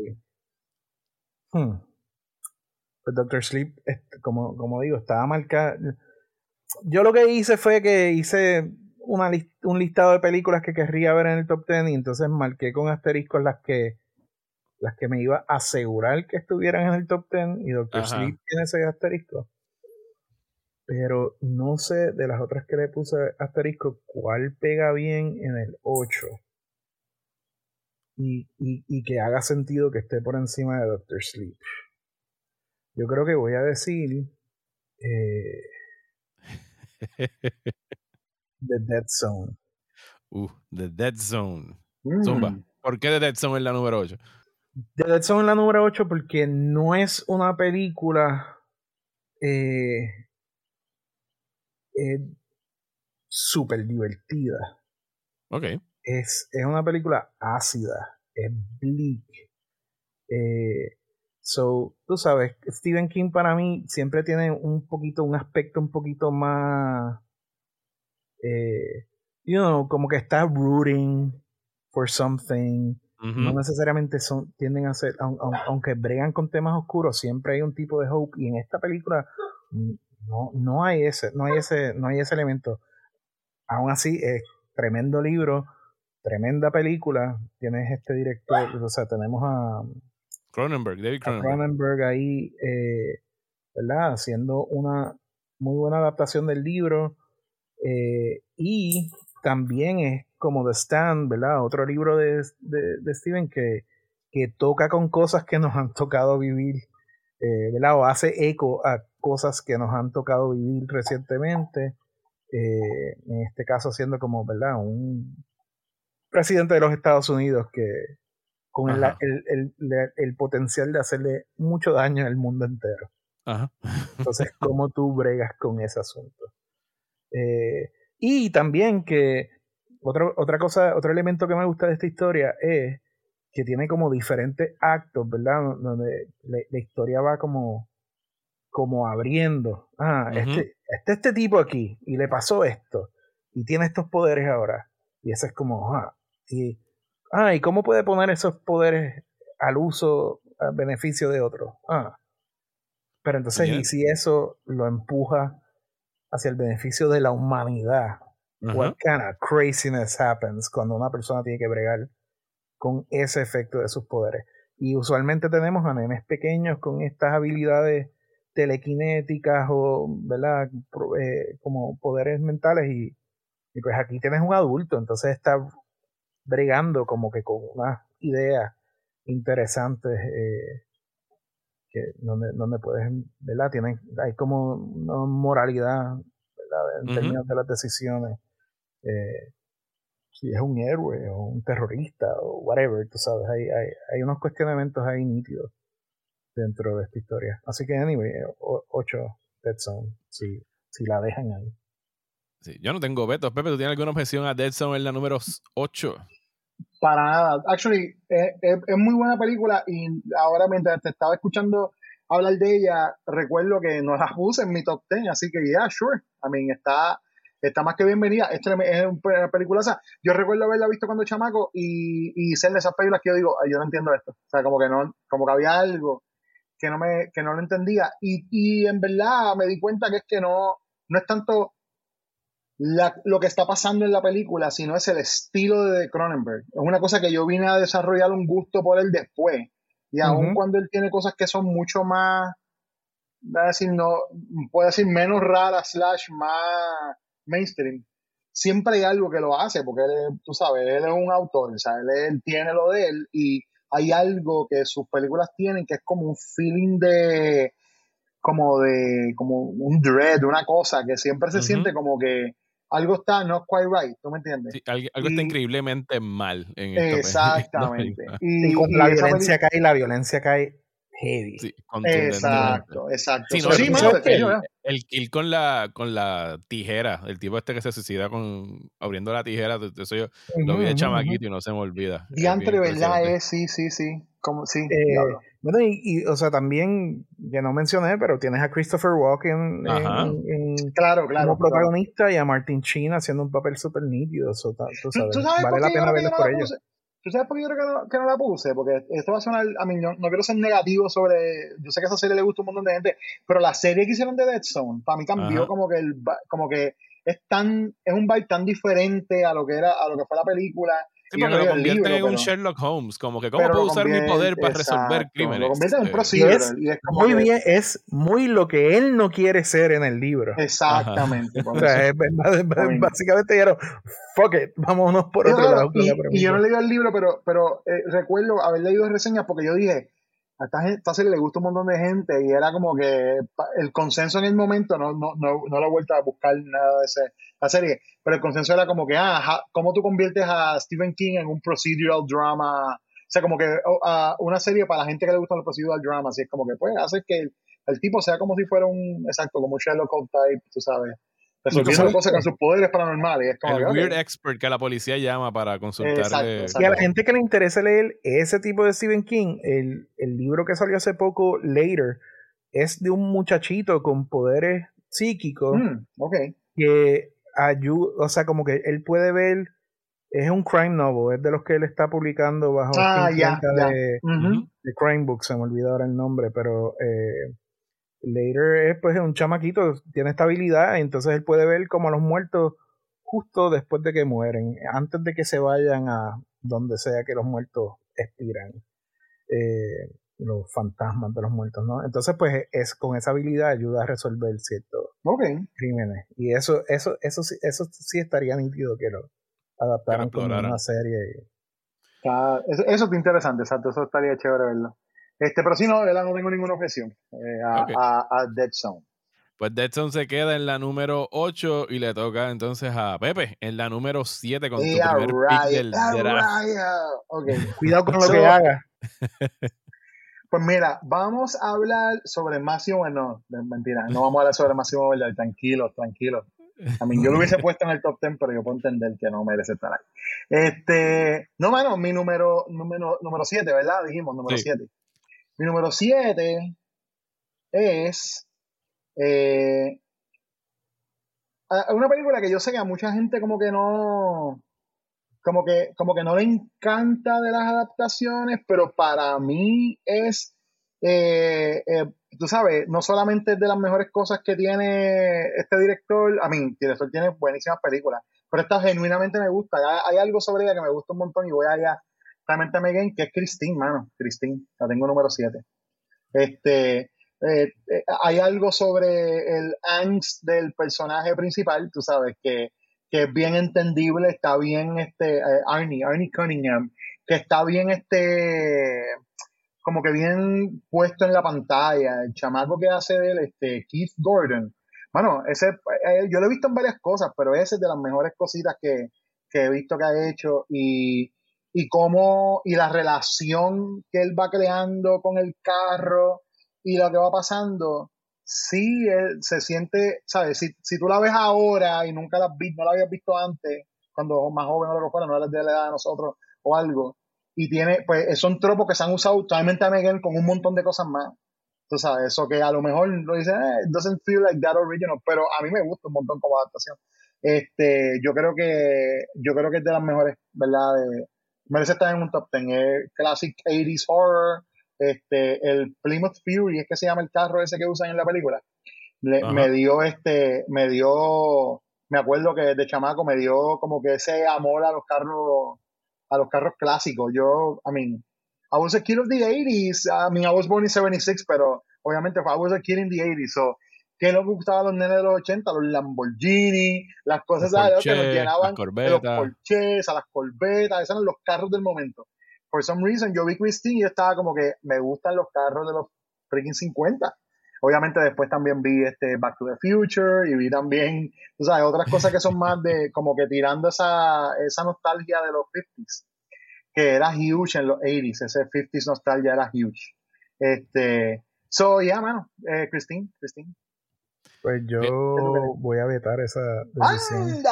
Pues Doctor Sleep, como digo, estaba marcada. Yo lo que hice fue que hice un listado de películas que querría ver en el top 10 y entonces marqué con asteriscos las que me iba a asegurar que estuvieran en el top 10 y Doctor Ajá. Sleep tiene ese asterisco. Pero no sé de las otras que le puse asterisco cuál pega bien en el 8 y que haga sentido que esté por encima de Doctor Sleep. Yo creo que voy a decir The Dead Zone. The Dead Zone. Zumba. ¿Por qué The Dead Zone es la número 8? The Dead Zone es la número 8 porque no es una película súper divertida. Ok. Es una película ácida, es bleak. So, tú sabes, Stephen King para mí siempre tiene un aspecto un poquito más, como que está rooting for something. No necesariamente tienden a ser, aunque bregan con temas oscuros, siempre hay un tipo de hope. Y en esta película no hay ese elemento. Aún así, es tremendo libro, tremenda película. Tienes este director, o sea, tenemos a David Cronenberg. Cronenberg ahí, ¿verdad? Haciendo una muy buena adaptación del libro. Y también es como The Stand, ¿verdad? Otro libro de Stephen que toca con cosas que nos han tocado vivir, ¿verdad? O hace eco a cosas que nos han tocado vivir recientemente. En este caso siendo como, ¿verdad? Un presidente de los Estados Unidos que con el potencial de hacerle mucho daño al mundo entero. Ajá. Entonces, ¿cómo tú bregas con ese asunto? Y también que otro elemento que me gusta de esta historia es que tiene como diferentes actos, ¿verdad? Donde la historia va como abriendo. Este tipo aquí y le pasó esto y tiene estos poderes ahora. Y eso es como, ¿y cómo puede poner esos poderes al beneficio de otros? Pero entonces, ¿y si eso lo empuja hacia el beneficio de la humanidad? What kind of craziness happens cuando una persona tiene que bregar con ese efecto de sus poderes? Y usualmente tenemos a nenes pequeños con estas habilidades telequinéticas o, ¿verdad? Como poderes mentales y pues aquí tienes un adulto, entonces está bregando como que con unas ideas interesantes donde puedes, ¿verdad? Hay como una moralidad, ¿verdad? En términos de las decisiones. Si es un héroe o un terrorista o whatever, tú sabes, hay unos cuestionamientos ahí nítidos dentro de esta historia. Así que, anyway, 8 Dead Zone, si la dejan ahí. Sí, yo no tengo vetos. Pepe, ¿tú tienes alguna objeción a Dead Zone en la número 8? Para nada. Actually, es muy buena película y ahora mientras te estaba escuchando hablar de ella, recuerdo que no la puse en mi top 10, así que yeah, sure. I mean, está más que bienvenida. Esta es una peliculaza. Yo recuerdo haberla visto cuando chamaco y ser de esas películas que yo digo, "Ay, yo no entiendo esto". O sea, como que había algo que no lo entendía. Y en verdad me di cuenta que es que no es tanto lo que está pasando en la película, sino es el estilo de Cronenberg. Es una cosa que yo vine a desarrollar un gusto por él después. Y aun cuando él tiene cosas que son mucho más, voy a decir, no, puede decir menos raras / más mainstream, siempre hay algo que lo hace, porque tú sabes, él es un autor, o sea, él tiene lo de él y hay algo que sus películas tienen que es como un feeling como un dread, una cosa que siempre se siente como que algo está not quite right, ¿tú me entiendes? Sí, algo está increíblemente mal en esta Exactamente. película. Y con la violencia cae heavy. Sí, contundentemente. Exacto. Sí, no, Sí, mano, definitivo, el kill con la tijera, el tipo este que se suicida abriendo la tijera, eso yo lo vi de chamaquito y no se me olvida. Diantre, ¿verdad? Sí. Como, sí, diablo. Bueno, o sea, también, que no mencioné, pero tienes a Christopher Walken claro, como protagonista y a Martin Sheen haciendo un papel súper nítido. Tú sabes, ¿Tú sabes vale la pena verlo por ellos. ¿Tú sabes por qué yo creo que no la puse? Porque esto va a sonar, a mí no quiero ser negativo sobre, yo sé que a esa serie le gusta un montón de gente, pero la serie que hicieron de Dead Zone, para mí cambió como que es un vibe tan diferente a lo que fue la película. Sí, porque lo convierten en un Sherlock Holmes, como que cómo puedo usar mi poder para resolver crímenes. Lo convierten en un procedural. Y es como muy bien, es muy lo que él no quiere ser en el libro. Exactamente. O sea, básicamente dijeron, fuck it, vámonos por otro lado. Y yo no leí el libro, pero recuerdo haber leído reseñas porque yo dije, a esta serie le gusta un montón de gente y era como que el consenso en el momento, no lo he vuelto a buscar nada de la serie, pero el consenso era como que, ¿cómo tú conviertes a Stephen King en un procedural drama? O sea, como que una serie para la gente que le gustan los procedural dramas, y es como que, pues, hace que el tipo sea como si fuera como un Sherlock Holmes type, tú sabes, resolviendo cosas con sus poderes paranormales. Es como el weird expert que la policía llama para consultarle. Exacto. Y a la gente que le interese leer ese tipo de Stephen King, el libro que salió hace poco, Later, es de un muchachito con poderes psíquicos que ayuda, o sea, como que él puede ver, es un crime novel, es de los que él está publicando bajo de Crime Books, se me olvidó ahora el nombre, pero Later es pues un chamaquito, tiene esta habilidad, entonces él puede ver como a los muertos justo después de que mueren, antes de que se vayan a donde sea que los muertos expiran, los fantasmas de los muertos, ¿no? Entonces pues con esa habilidad ayuda a resolver ciertos crímenes, y eso sí estaría nítido que lo adaptaran como una serie. Eso es interesante, exacto, eso estaría chévere verlo. Pero si no, no tengo ninguna objeción a Dead Zone. Pues Dead Zone se queda en la número 8 y le toca entonces a Pepe en la número 7 con tu primer pick del draft. Cuidado con lo que haga. Pues mira, vamos a hablar sobre Máximo, mentira, no vamos a hablar sobre Máximo Verdad, tranquilos. A mí yo lo hubiese puesto en el top 10, pero yo puedo entender que no merece estar ahí. No, mano, mi número 7, ¿verdad? Dijimos, número 7. Mi número 7 es una película que yo sé que a mucha gente como que no le encanta de las adaptaciones, pero para mí es, tú sabes, no solamente es de las mejores cosas que tiene este director, el director tiene buenísimas películas, pero esta genuinamente me gusta, hay algo sobre ella que me gusta un montón y voy allá realmente a Megan, que es Christine, la tengo número 7. Hay algo sobre el angst del personaje principal, tú sabes, que es bien entendible, está bien Arnie Cunningham, que está bien como que bien puesto en la pantalla, el chamaco que hace de él, Keith Gordon. Bueno, yo lo he visto en varias cosas, pero ese es de las mejores cositas que he visto que ha hecho y la relación que él va creando con el carro y lo que va pasando, sí se siente, ¿sabes? Si tú la ves ahora y nunca no la habías visto antes, cuando más joven o lo que fuera, no eres de la edad de nosotros o algo, y tiene, pues son tropos que se han usado totalmente a Miguel con un montón de cosas más. Tú sabes, eso que a lo mejor lo dicen, it doesn't feel like that original, pero a mí me gusta un montón como adaptación. Yo creo que es de las mejores, ¿verdad? Merece estar en un top 10. Classic 80s horror. El Plymouth Fury es que se llama el carro ese que usan en la película. Me acuerdo que de chamaco me dio como que ese amor a los carros clásicos. I was a kid of the 80s. I was born in 76, pero obviamente I was a kid in the 80s. So, ¿qué es lo que gustaba a los nenes de los 80? Los Lamborghini, las cosas que nos llenaban, los Porsches, a las Corvetas, esos eran los carros del momento. For some reason, yo vi Christine y yo estaba como que me gustan los carros de los freaking 50. Obviamente después también vi Back to the Future y vi también, tú sabes, otras cosas que son más de como que tirando esa nostalgia de los 50s, que era huge en los 80s, ese 50s nostalgia era huge. Mano, Christine. Pues yo voy a vetar esa decisión.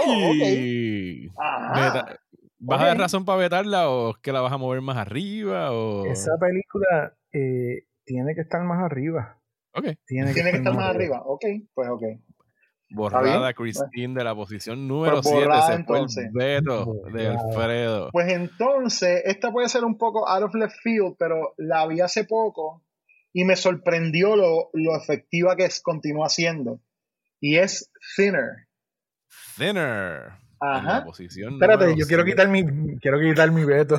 ¿Vas a dar razón para vetarla o es que la vas a mover más arriba? O... Esa película tiene que estar más arriba. Okay. Tiene que estar más arriba. Ok, pues ok. Borrada Christine de la posición número 7. Se fue el veto de Alfredo. Pues entonces, esta puede ser un poco out of left field, pero la vi hace poco y me sorprendió lo efectiva que continúa siendo. Y es Thinner. Ajá. En la posición espérate, yo quiero quitar mi veto.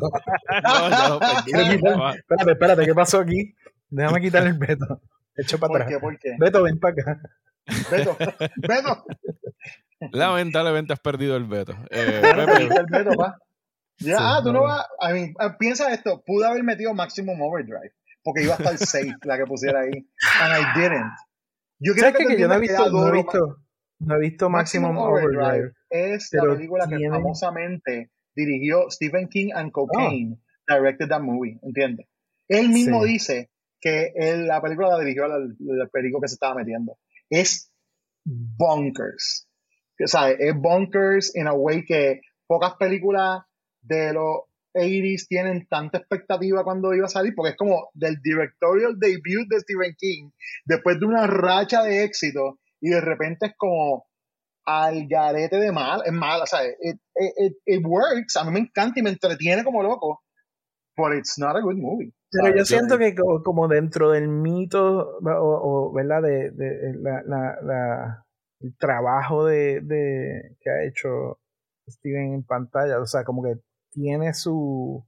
Espérate, ¿qué pasó aquí? Déjame quitar el veto. Echo para atrás. ¿Por qué? Beto, ven para acá. Beto. Lamentablemente has perdido el veto. El veto, pa. Ya, tú no vas. Piensa esto. Pude haber metido Maximum Overdrive. Porque iba a estar safe la que pusiera ahí. And I didn't. Yo creo que yo no he visto Maximum Overdrive. Es la película que famosamente dirigió Stephen King and Cocaine. Directed that movie. ¿Entiendes? Él mismo dice que la película la dirigió al perico que se estaba metiendo. Es bonkers. O sea, es bonkers in a way que pocas películas de los 80s tienen tanta expectativa cuando iba a salir, porque es como del directorial debut de Stephen King, después de una racha de éxito, y de repente es como al garete de mal, es mala, o sea, it works, a mí me encanta y me entretiene como loco, but it's not a good movie. Pero yo siento que como dentro del mito ¿verdad? El trabajo que ha hecho Steven en pantalla, o sea, como que tiene su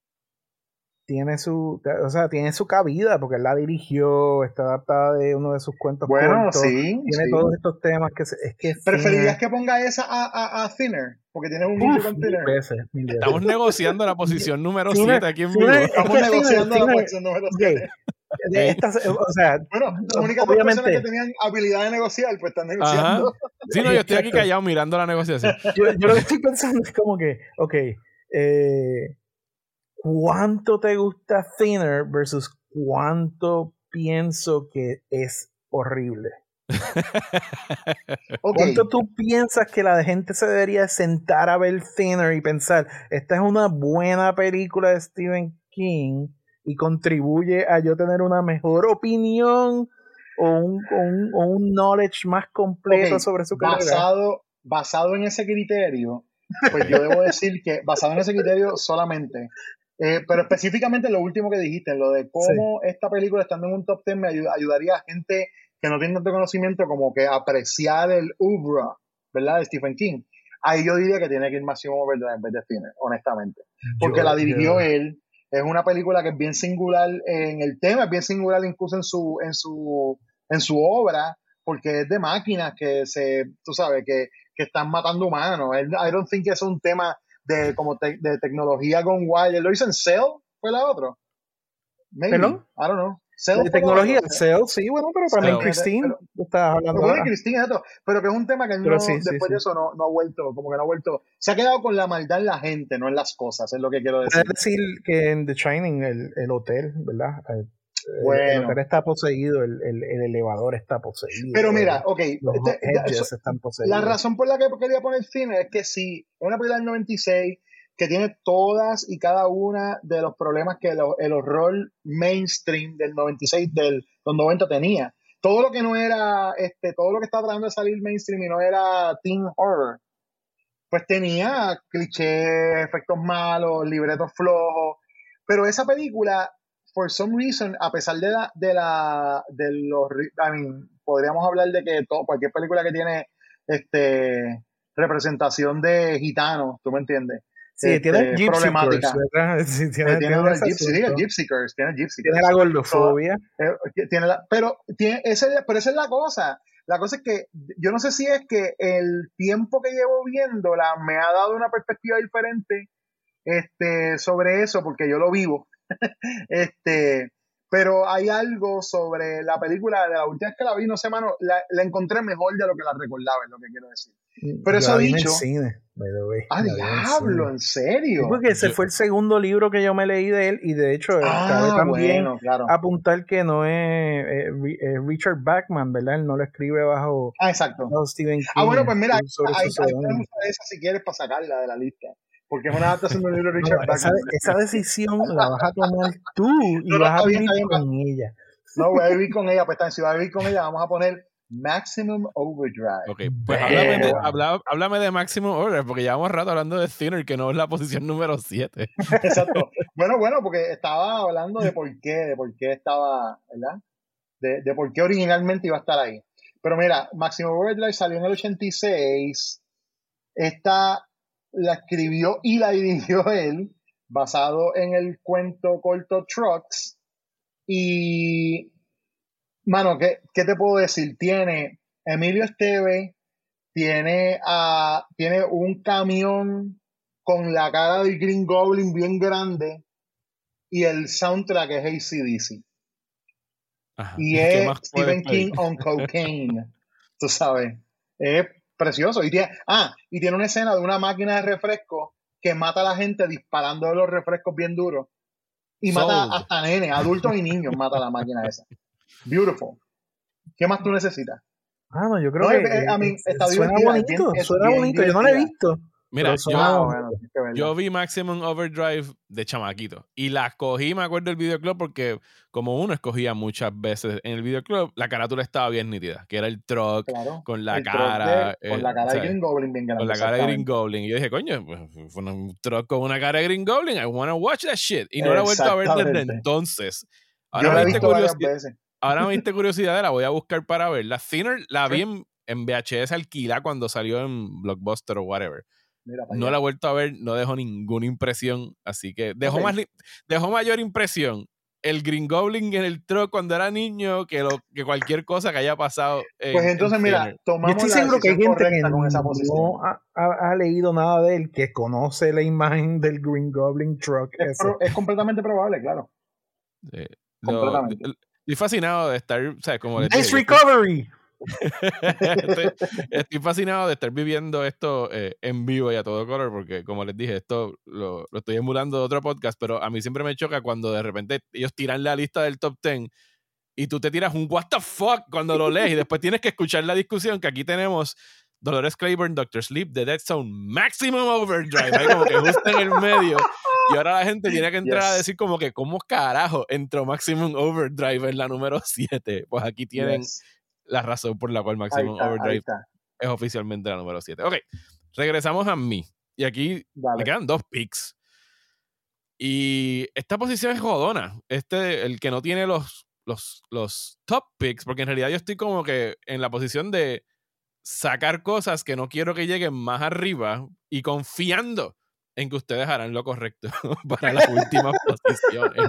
cabida, porque él la dirigió, está adaptada de uno de sus cuentos cortos, tiene todos estos temas que ¿preferirías que ponga esa a Thinner? Porque tiene un libro con Thinner. Mil veces. Estamos negociando la posición número 7 aquí en vivo. Estamos negociando la posición número 7. Bueno, las únicas dos personas que tenían habilidad de negociar, pues están negociando. Ajá. Sí, no, yo estoy aquí callado mirando la negociación. Yo lo que estoy pensando es como que, ¿cuánto te gusta Thinner versus cuánto pienso que es horrible? ¿Cuánto tú piensas que la gente se debería sentar a ver Thinner y pensar, esta es una buena película de Stephen King y contribuye a yo tener una mejor opinión o un knowledge más completo sobre su carrera? Basado en ese criterio, pues yo debo decir que basado en ese criterio solamente, pero específicamente lo último que dijiste, lo de cómo esta película estando en un top 10 me ayudaría a gente que no tiene tanto conocimiento como que apreciar el oeuvre, ¿verdad? De Stephen King. Ahí yo diría que tiene que ir Maximum Overdrive en vez de Thinner, honestamente. Porque la dirigió él. Es una película que es bien singular en el tema, es bien singular incluso en su obra, porque es de máquinas que tú sabes, que están matando humanos. I don't think que es un tema de tecnología con wire. ¿Lo hizo en Cell? ¿Fue la otra? Maybe. ¿Perdón? I don't know. De tecnología, Cell, sí, bueno, pero también Christine, estás hablando ahora. Christine, pero que es un tema que después de eso no ha vuelto, como que no ha vuelto, se ha quedado con la maldad en la gente, no en las cosas, es lo que quiero decir. Es decir, que en The Shining, el hotel, ¿verdad? El hotel está poseído, el elevador está poseído. Pero mira, ok. Los hedges están poseídos. La razón por la que quería poner Thinner es que sí, es una película del 96 que tiene todas y cada una de los problemas que el horror mainstream del 96, los 90 tenía. Todo lo que no era, todo lo que estaba tratando de salir mainstream y no era teen horror, pues tenía clichés, efectos malos, libretos flojos. Pero esa película, for some reason, a pesar podríamos hablar de que cualquier película que tiene representación de gitanos, ¿tú me entiendes? Sí, tiene el Gypsy problemática. Curse, ¿verdad? Sí, tiene el Gypsy Curse, tiene el Gypsy Curse. Tiene la gordofobia. Pero esa es la cosa. La cosa es que yo no sé si es que el tiempo que llevo viéndola me ha dado una perspectiva diferente sobre eso, porque yo lo vivo. Pero hay algo sobre la película, de la última vez que la vi, no sé, mano, la encontré mejor de lo que la recordaba, es lo que quiero decir. Pero eso dicho... cine, by the way. ¡Diablo! ¿En serio? Sí, porque ese fue el segundo libro que yo me leí de él, y de hecho cabe también apuntar que no es Richard Bachman, ¿verdad? Él no lo escribe bajo Stephen King. Bueno, pues mira, hay que usar esa si quieres para sacarla de la lista. Porque es una adaptación de un libro de Richard Bachman. Esa decisión la vas a tomar tú y vas a vivir con ella. No, voy a vivir con ella. Pues si voy a vivir con ella, vamos a poner Maximum Overdrive. Ok, pues háblame de Maximum Overdrive, porque llevamos rato hablando de Thinner, que no es la posición número 7. Exacto. Bueno, porque estaba hablando de por qué estaba, ¿verdad? De por qué originalmente iba a estar ahí. Pero mira, Maximum Overdrive salió en el 86. Esta la escribió y la dirigió él, basado en el cuento corto Trucks. Y, mano, ¿qué te puedo decir? Tiene Emilio Esteve, tiene un camión con la cara de Green Goblin bien grande, y el soundtrack es AC/DC. Y es Stephen King on cocaine, tú sabes. Es precioso. Y tiene una escena de una máquina de refresco que mata a la gente disparando de los refrescos bien duros. Y mata hasta nenes, adultos y niños, mata a la máquina esa. Beautiful. ¿Qué más tú necesitas? No, yo creo que está suena bonito, yo no lo he visto. Mira, yo vi Maximum Overdrive de chamaquito y la escogí, me acuerdo del videoclub, porque como uno escogía muchas veces en el videoclub, la carátula estaba bien nítida, que era el truck con la cara con la cara de Green Goblin bien grande. Con la cara de Green Goblin. Y yo dije, coño, pues, fue un truck con una cara de Green Goblin, I wanna watch that shit. Y no la he vuelto a ver desde entonces. Yo la he visto varias veces. Ahora me diste curiosidad, la voy a buscar para verla. Thinner la vi en VHS alquila cuando salió en Blockbuster o whatever. No la he vuelto a ver, no dejó ninguna impresión, así que dejó mayor impresión el Green Goblin en el truck cuando era niño que cualquier cosa que haya pasado. Pues entonces, mira, tomamos yo estoy seguro que hay gente que no ha leído nada de él, que conoce la imagen del Green Goblin truck. Es completamente probable, claro. Estoy fascinado de estar, o sea, como ¡Nice recovery! Estoy fascinado de estar viviendo esto en vivo y a todo color, porque como les dije, esto lo estoy emulando de otro podcast, pero a mí siempre me choca cuando de repente ellos tiran la lista del top 10 y tú te tiras un what the fuck cuando lo lees y después tienes que escuchar la discusión, que aquí tenemos Dolores Claiborne, Dr. Sleep, The Dead Zone, Maximum Overdrive, ahí como que justo en el medio, y ahora la gente tiene que entrar a decir como que ¿cómo carajo entró Maximum Overdrive en la número 7? Pues aquí tienen la razón por la cual Maximum Overdrive es oficialmente la número 7. Ok, regresamos a mí. Y aquí me quedan 2 picks. Y esta posición es jodona. El que no tiene los top picks, porque en realidad yo estoy como que en la posición de sacar cosas que no quiero que lleguen más arriba y confiando en que ustedes harán lo correcto para las últimas posiciones.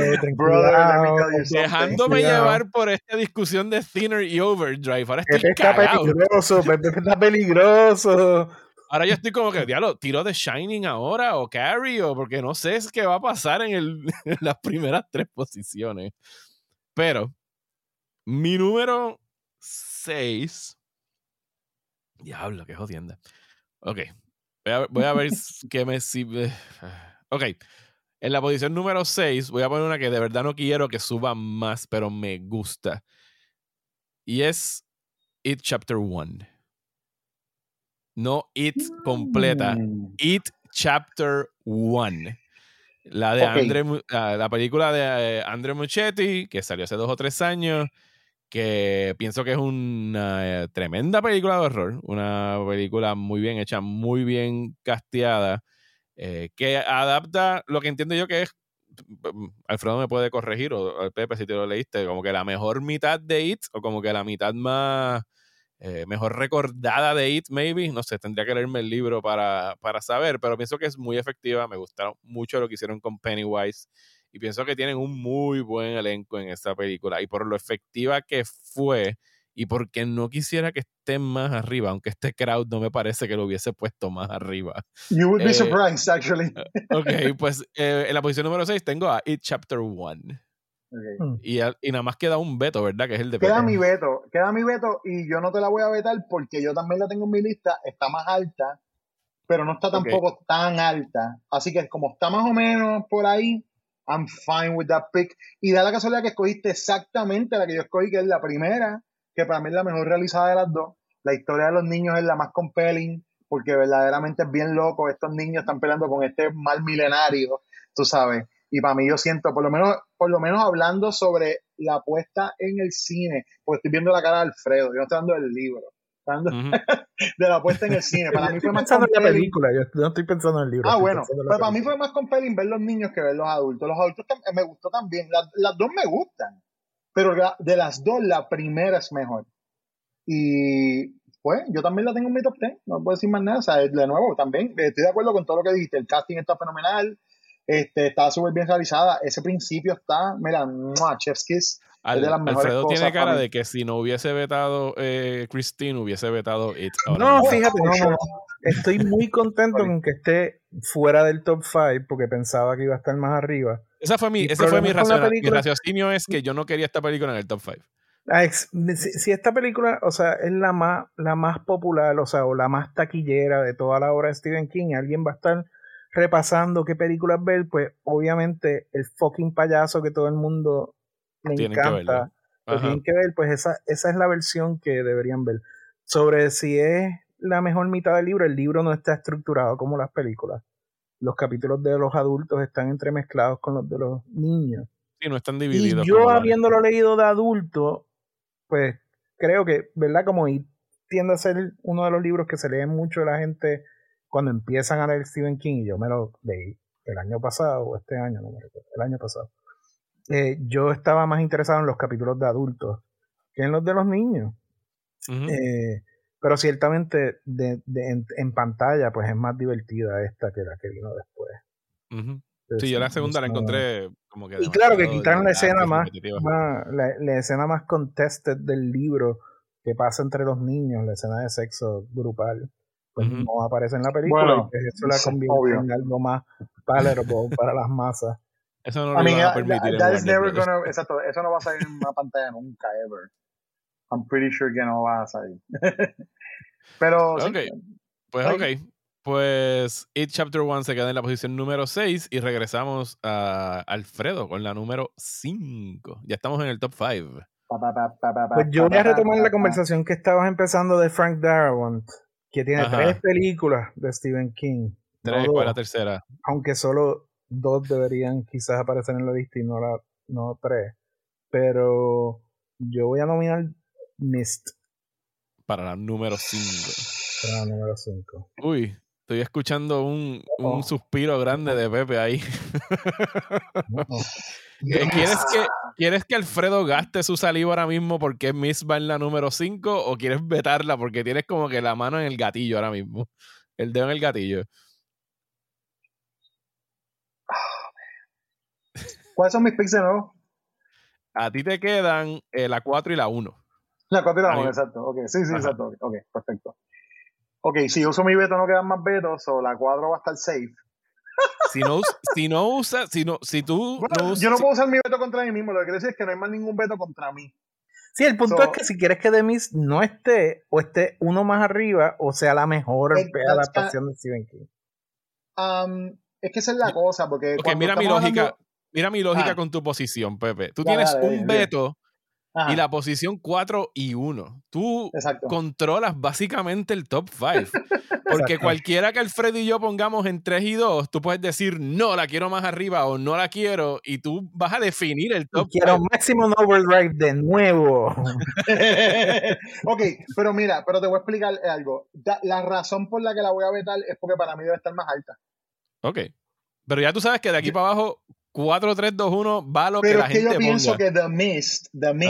Dejándome llevar por esta discusión de Thinner y Overdrive. Ahora estoy cagado. Está peligroso. Ahora yo estoy como que, diablo, tiro de Shining ahora o Carrie, o porque no sé qué va a pasar en las primeras 3 posiciones. Pero mi número 6. Diablo, qué jodienda. Ok. Voy a ver qué me sirve. Ok. En la posición número 6 voy a poner una que de verdad no quiero que suba más, pero me gusta. Y es It Chapter 1. No It completa. It Chapter 1. La de la película de Andrea Muschietti, que salió hace 2 o 3 años, que pienso que es una tremenda película de horror. Una película muy bien hecha, muy bien casteada, que adapta lo que entiendo yo que es, Alfredo me puede corregir, o Pepe si te lo leíste, como que la mejor mitad de It, o como que la mitad más mejor recordada de It, maybe. No sé, tendría que leerme el libro para saber, pero pienso que es muy efectiva. Me gustaron mucho lo que hicieron con Pennywise y pienso que tienen un muy buen elenco en esta película, y por lo efectiva que fue y porque no quisiera que estén más arriba, aunque este crowd no me parece que lo hubiese puesto más arriba. You would be surprised, actually. Ok, pues en la posición número 6 tengo a It Chapter 1. Okay. Y nada más queda un veto, ¿verdad? Que es el de queda mi veto y yo no te la voy a vetar porque yo también la tengo en mi lista. Está más alta, pero no está tampoco tan alta. Así que como está más o menos por ahí, I'm fine with that pick. Y da la casualidad que escogiste exactamente la que yo escogí, que es la primera, que para mí es la mejor realizada de las dos. La historia de los niños es la más compelling, porque verdaderamente es bien loco. Estos niños están peleando con este mal milenario, tú sabes. Y para mí yo siento, por lo menos hablando sobre la puesta en el cine, porque estoy viendo la cara de Alfredo, yo no estoy hablando del libro, estoy hablando de la puesta en el cine. Para mí fue más pensando en la película, yo no estoy pensando en el libro. Bueno, pero para mí fue más compelling ver los niños que ver los adultos. Los adultos me gustó también, las dos me gustan, pero de las dos la primera es mejor. Y pues yo también la tengo en mi top 10, no puedo decir más nada. O sea, de nuevo, también estoy de acuerdo con todo lo que dijiste, el casting está fenomenal. Está súper bien realizada. Ese principio está, mira, Chef's Kiss. Es de las mejores Alfredo cosas tiene cara de que si no hubiese vetado Christine, hubiese vetado It. No, fíjate, no. Estoy muy contento con que esté fuera del top 5 porque pensaba que iba a estar más arriba. Ese fue mi raciocinio. Mi raciocinio es que yo no quería esta película en el top 5. Si esta película, o sea, es la más popular, o sea, o la más taquillera de toda la obra de Stephen King, alguien va a estar repasando qué películas ver, pues obviamente el fucking payaso que todo el mundo le encanta, que tienen que ver, pues esa es la versión que deberían ver. Sobre si es la mejor mitad del libro, el libro no está estructurado como las películas. Los capítulos de los adultos están entremezclados con los de los niños. Sí, no están divididos. Y yo habiéndolo leído de adulto, pues creo que, ¿verdad? Como tiende a ser uno de los libros que se lee mucho de la gente cuando empiezan a leer Stephen King, y yo me lo leí el año pasado o este año, no me recuerdo, el año pasado. Yo estaba más interesado en los capítulos de adultos que en los de los niños. Pero ciertamente en pantalla pues es más divertida esta que la que vino después. Sí, yo la segunda la encontré como que... Y claro que quitaron la escena la escena más contested del libro que pasa entre los niños, la escena de sexo grupal. Pues no aparece en la película, y pues eso la convierte en algo más palatable para las masas. Eso no lo van a permitir. Exacto, eso no va a salir en una pantalla nunca, ever. I'm pretty sure que no va a salir. Pero pues It Chapter 1 se queda en la posición número 6 y regresamos a Alfredo con la número 5. Ya estamos en el top 5. Pues yo voy a retomar la conversación que estabas empezando de Frank Darabont, que tiene 3 películas de Stephen King. 3, ¿cuál es la tercera? Aunque solo 2 deberían quizás aparecer en la lista y no 3. Pero yo voy a nominar Mist. Para la número 5. Para la número 5. Uy, estoy escuchando un suspiro grande de Pepe ahí. ¿Quieres que Alfredo gaste su saliva ahora mismo porque Mist va en la número 5 o quieres vetarla porque tienes como que la mano en el gatillo ahora mismo? El dedo en el gatillo. ¿Cuáles son mis picks de nuevo? A ti te quedan la 4 y la 1. La 4 y la 1, exacto. Okay, sí, exacto. Ok, perfecto. Ok, si uso mi veto no quedan más vetos, o la 4 va a estar safe. Si tú no usas... Yo no puedo usar mi veto contra mí mismo, lo que quiero decir es que no hay más ningún veto contra mí. Sí, el punto es que si quieres que The Mist no esté, o esté uno más arriba, o sea la mejor adaptación de Stephen King. es que esa es la cosa, porque okay, mira mi lógica con tu posición, Pepe. Tú tienes un veto y la posición 4 y 1. Tú controlas básicamente el top 5. Porque cualquiera que Alfredo y yo pongamos en 3 y 2, tú puedes decir, no, la quiero más arriba o no la quiero, y tú vas a definir el top 5. Quiero Maximum Overdrive de nuevo. Ok, pero mira, te voy a explicar algo. La razón por la que la voy a vetar es porque para mí debe estar más alta. Ok. Pero ya tú sabes que de aquí para abajo 4, 3, 2, 1 va lo que la gente ponga. Pero es que yo pienso que The Mist,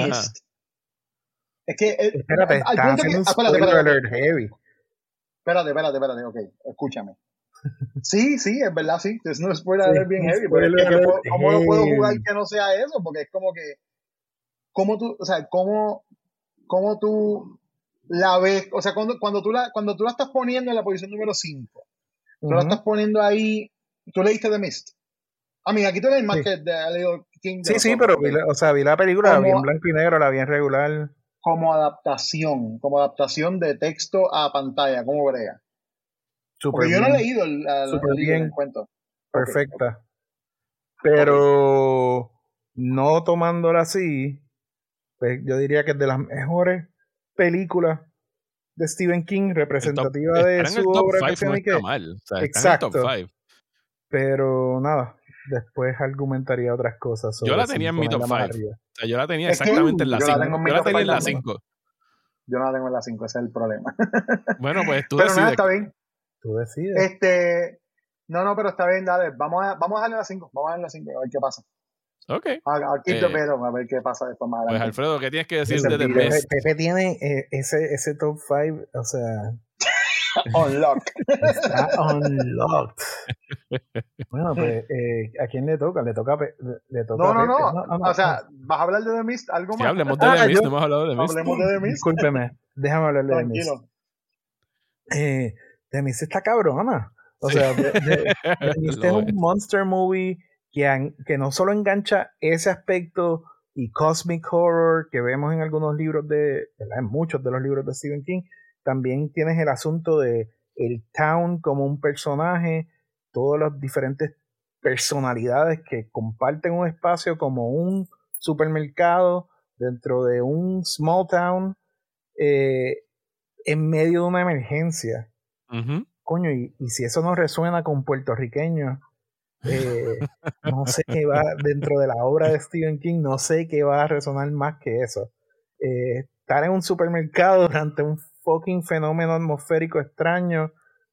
es que... espérate, está haciendo un spoiler alert heavy. Espérate, ok, escúchame. Sí, es verdad, sí, es un spoiler alert bien heavy, pero es que ¿cómo lo puedo jugar que no sea eso? Porque es como que... ¿Cómo tú la ves? O sea, cuando tú la estás poniendo en la posición número 5, tú la estás poniendo ahí, tú leíste The Mist. Aquí tú lees más que The Little King. Sí, pero vi la película, la vi en blanco y negro, la vi en regular. Como adaptación de texto a pantalla, ¿cómo brega? Porque yo no he leído el cuento. Perfecta. Pero no tomándola así, pues yo diría que es de las mejores películas de Stephen King, representativa de su obra. No está mal. O sea, exacto. Está en el top 5. Pero nada, después argumentaría otras cosas. Yo la tenía en mi top 5. O sea, yo la tenía exactamente en la 5. Yo la tenía en la 5. Yo no la tengo en la 5, ese es el problema. Bueno, pues tú pero decides. Nada, está bien. Tú decides. No, pero está bien, dale. Vamos a darle la 5. Vamos a darle la 5, a ver qué pasa. Ok. Aquí te veo, a ver qué pasa después más adelante. Pues Alfredo, ¿qué tienes que decir de The Mist? Pepe tiene ese top 5, o sea... Unlocked. Está unlocked. Bueno, pues, ¿a quién le toca? Le toca a Pepe. No. O sea, ¿vas a hablar de The Mist? ¿Algo más? Sí, hablemos de The Mist, no hemos hablado de The Mist. Hablemos de The Mist. Discúlpeme, déjame hablar de The Mist. The Mist está cabrona. O sea, The Mist es un monster movie que no solo engancha ese aspecto y cosmic horror que vemos en algunos libros en muchos de los libros de Stephen King. También tienes el asunto de el town como un personaje, todas las diferentes personalidades que comparten un espacio como un supermercado dentro de un small town en medio de una emergencia. Coño, y si eso no resuena con puertorriqueños, no sé qué va dentro de la obra de Stephen King, no sé qué va a resonar más que eso. Estar en un supermercado durante un fucking fenómeno atmosférico extraño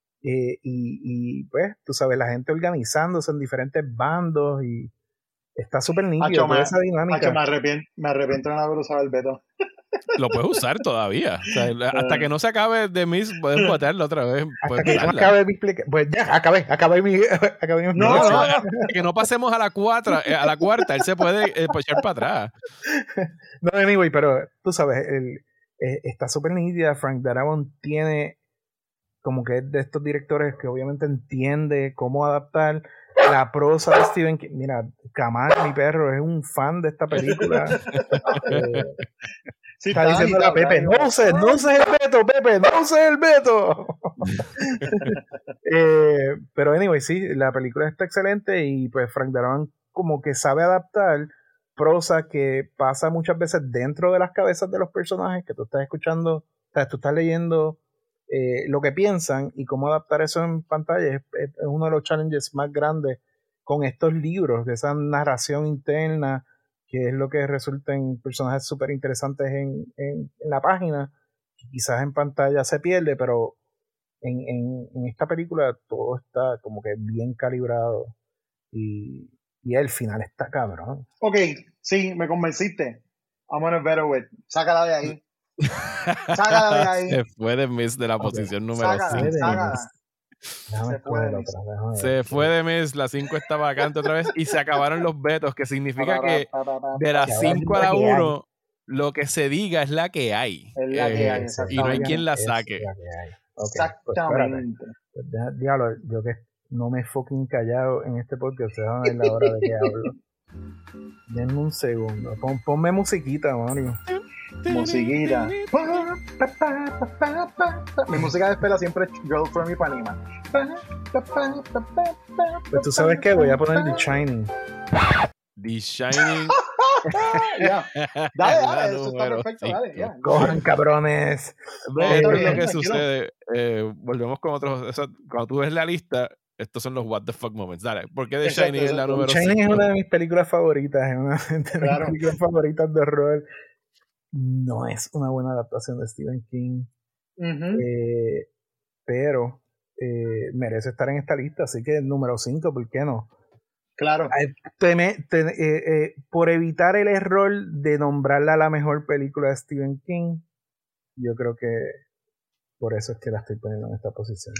y pues, tú sabes, la gente organizándose en diferentes bandos y está súper nítido toda esa dinámica. Me arrepiento de no haber usado el veto. Lo puedes usar todavía. O sea, hasta que no se acabe The Mist, puedes botarlo otra vez. Hasta que no acabe mi explicación. Pues ya, acabé mi No, que no pasemos a la cuarta, él se puede echar para atrás. No, anyway, pero tú sabes, está súper nítida. Frank Darabont tiene como que es de estos directores que obviamente entiende cómo adaptar la prosa de Stephen King. Mira, Kamal, mi perro, es un fan de esta película. Está diciendo a Pepe, no uses el veto, Pepe, no uses el veto. Pero anyway, sí, la película está excelente y pues Frank Darabont como que sabe adaptar prosa que pasa muchas veces dentro de las cabezas de los personajes que tú estás escuchando, o sea, tú estás leyendo lo que piensan y cómo adaptar eso en pantalla es uno de los challenges más grandes con estos libros, de esa narración interna que es lo que resulta en personajes súper interesantes en la página, que quizás en pantalla se pierde, pero en esta película todo está como que bien calibrado y el final está cabrón. Ok, sí, me convenciste. I'm gonna better with. Sácala de ahí. Sácala de ahí. Se fue The Mist de la posición número 5. Se fue The Mist, la 5 está vacante otra vez y se acabaron los vetos, que significa que de la 5 a la 1 lo que se diga es la que hay. Es la que hay, y no hay quien la saque. Exactamente. Pues diablo, yo que no me fucking callado en este podcast, déjame ver la hora de que hablo. Denme un segundo. Ponme musiquita, Mario. Musiquita. Mi música de espera siempre es Girl from Ipanema. Pues tú sabes qué, voy a poner The Shining. The Shining. Ya. Dale, eso está perfecto, dale, ya. Cojan, cabrones. Esto es lo que tranquilo. sucede. Volvemos con otros. Cuando tú ves la lista, estos son los what the fuck moments. Dale, ¿por qué The Exacto, Shining es la número The Shining 5? es una de mis películas favoritas, es una de mis Claro. películas favoritas de horror. No es una buena adaptación de Stephen King, pero merece estar en esta lista, así que número 5, ¿por qué no? Claro. Por evitar el error de nombrarla la mejor película de Stephen King, yo creo que por eso es que la estoy poniendo en esta posición.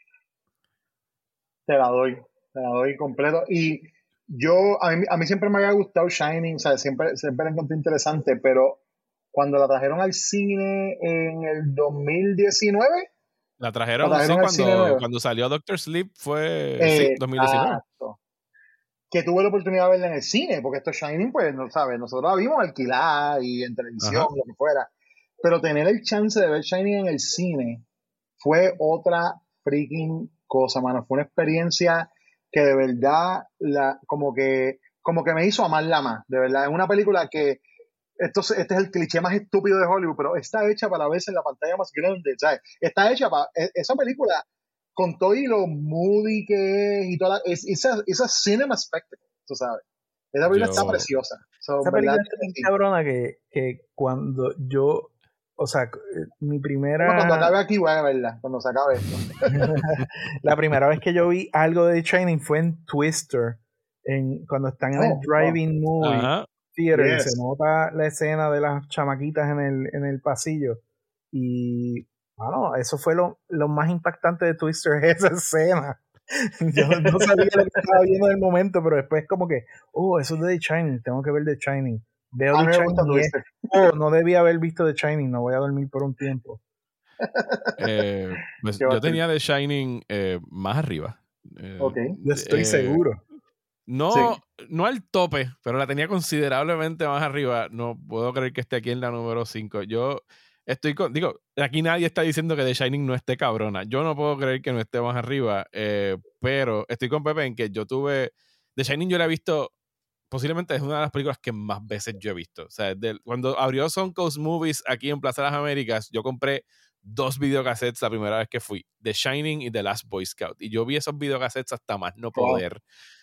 Te la doy completo. Y a mí siempre me había gustado Shining, o sea, siempre la encontré interesante, pero cuando la trajeron al cine en el 2019. La trajeron cuando salió Doctor Sleep, fue 2019. Exacto. Que tuve la oportunidad de verla en el cine, porque esto Shining, pues, no sabes, nosotros la vimos alquilada y en televisión, lo que fuera. Pero tener el chance de ver Shining en el cine fue otra freaking cosa, mano. Fue una experiencia que de verdad como que me hizo amarla más, de verdad. Es una película que este es el cliché más estúpido de Hollywood, pero está hecha para verse en la pantalla más grande, ¿sabes? Está hecha para esa película con todo y lo moody que es y toda esa cinema spectacle, tú sabes. Esa película está preciosa. Esa película está tan cabrona que cuando yo, o sea, mi primera... Cuando acabe aquí voy a verla, cuando se acabe esto. La primera vez que yo vi algo de Shining fue en Twister, cuando están en el Drive-In Movie Theater, y se nota la escena de las chamaquitas en el pasillo. Y, bueno, eso fue lo más impactante de Twister, esa escena. Yo no sabía lo que estaba viendo en el momento, pero después como que, eso es de The Shining, tengo que ver The Shining. Veo The Shining no debía haber visto The Shining, no voy a dormir por un tiempo. Pues yo tenía The Shining más arriba. Yo estoy seguro. No al tope, pero la tenía considerablemente más arriba. No puedo creer que esté aquí en la número 5. Yo estoy aquí nadie está diciendo que The Shining no esté cabrona. Yo no puedo creer que no esté más arriba, pero estoy con Pepe en que yo tuve... The Shining yo la he visto, posiblemente es una de las películas que más veces yo he visto. O sea, cuando abrió Suncoast Movies aquí en Plaza de las Américas, yo compré 2 videocassettes la primera vez que fui, The Shining y The Last Boy Scout. Y yo vi esos videocassettes hasta más no poder.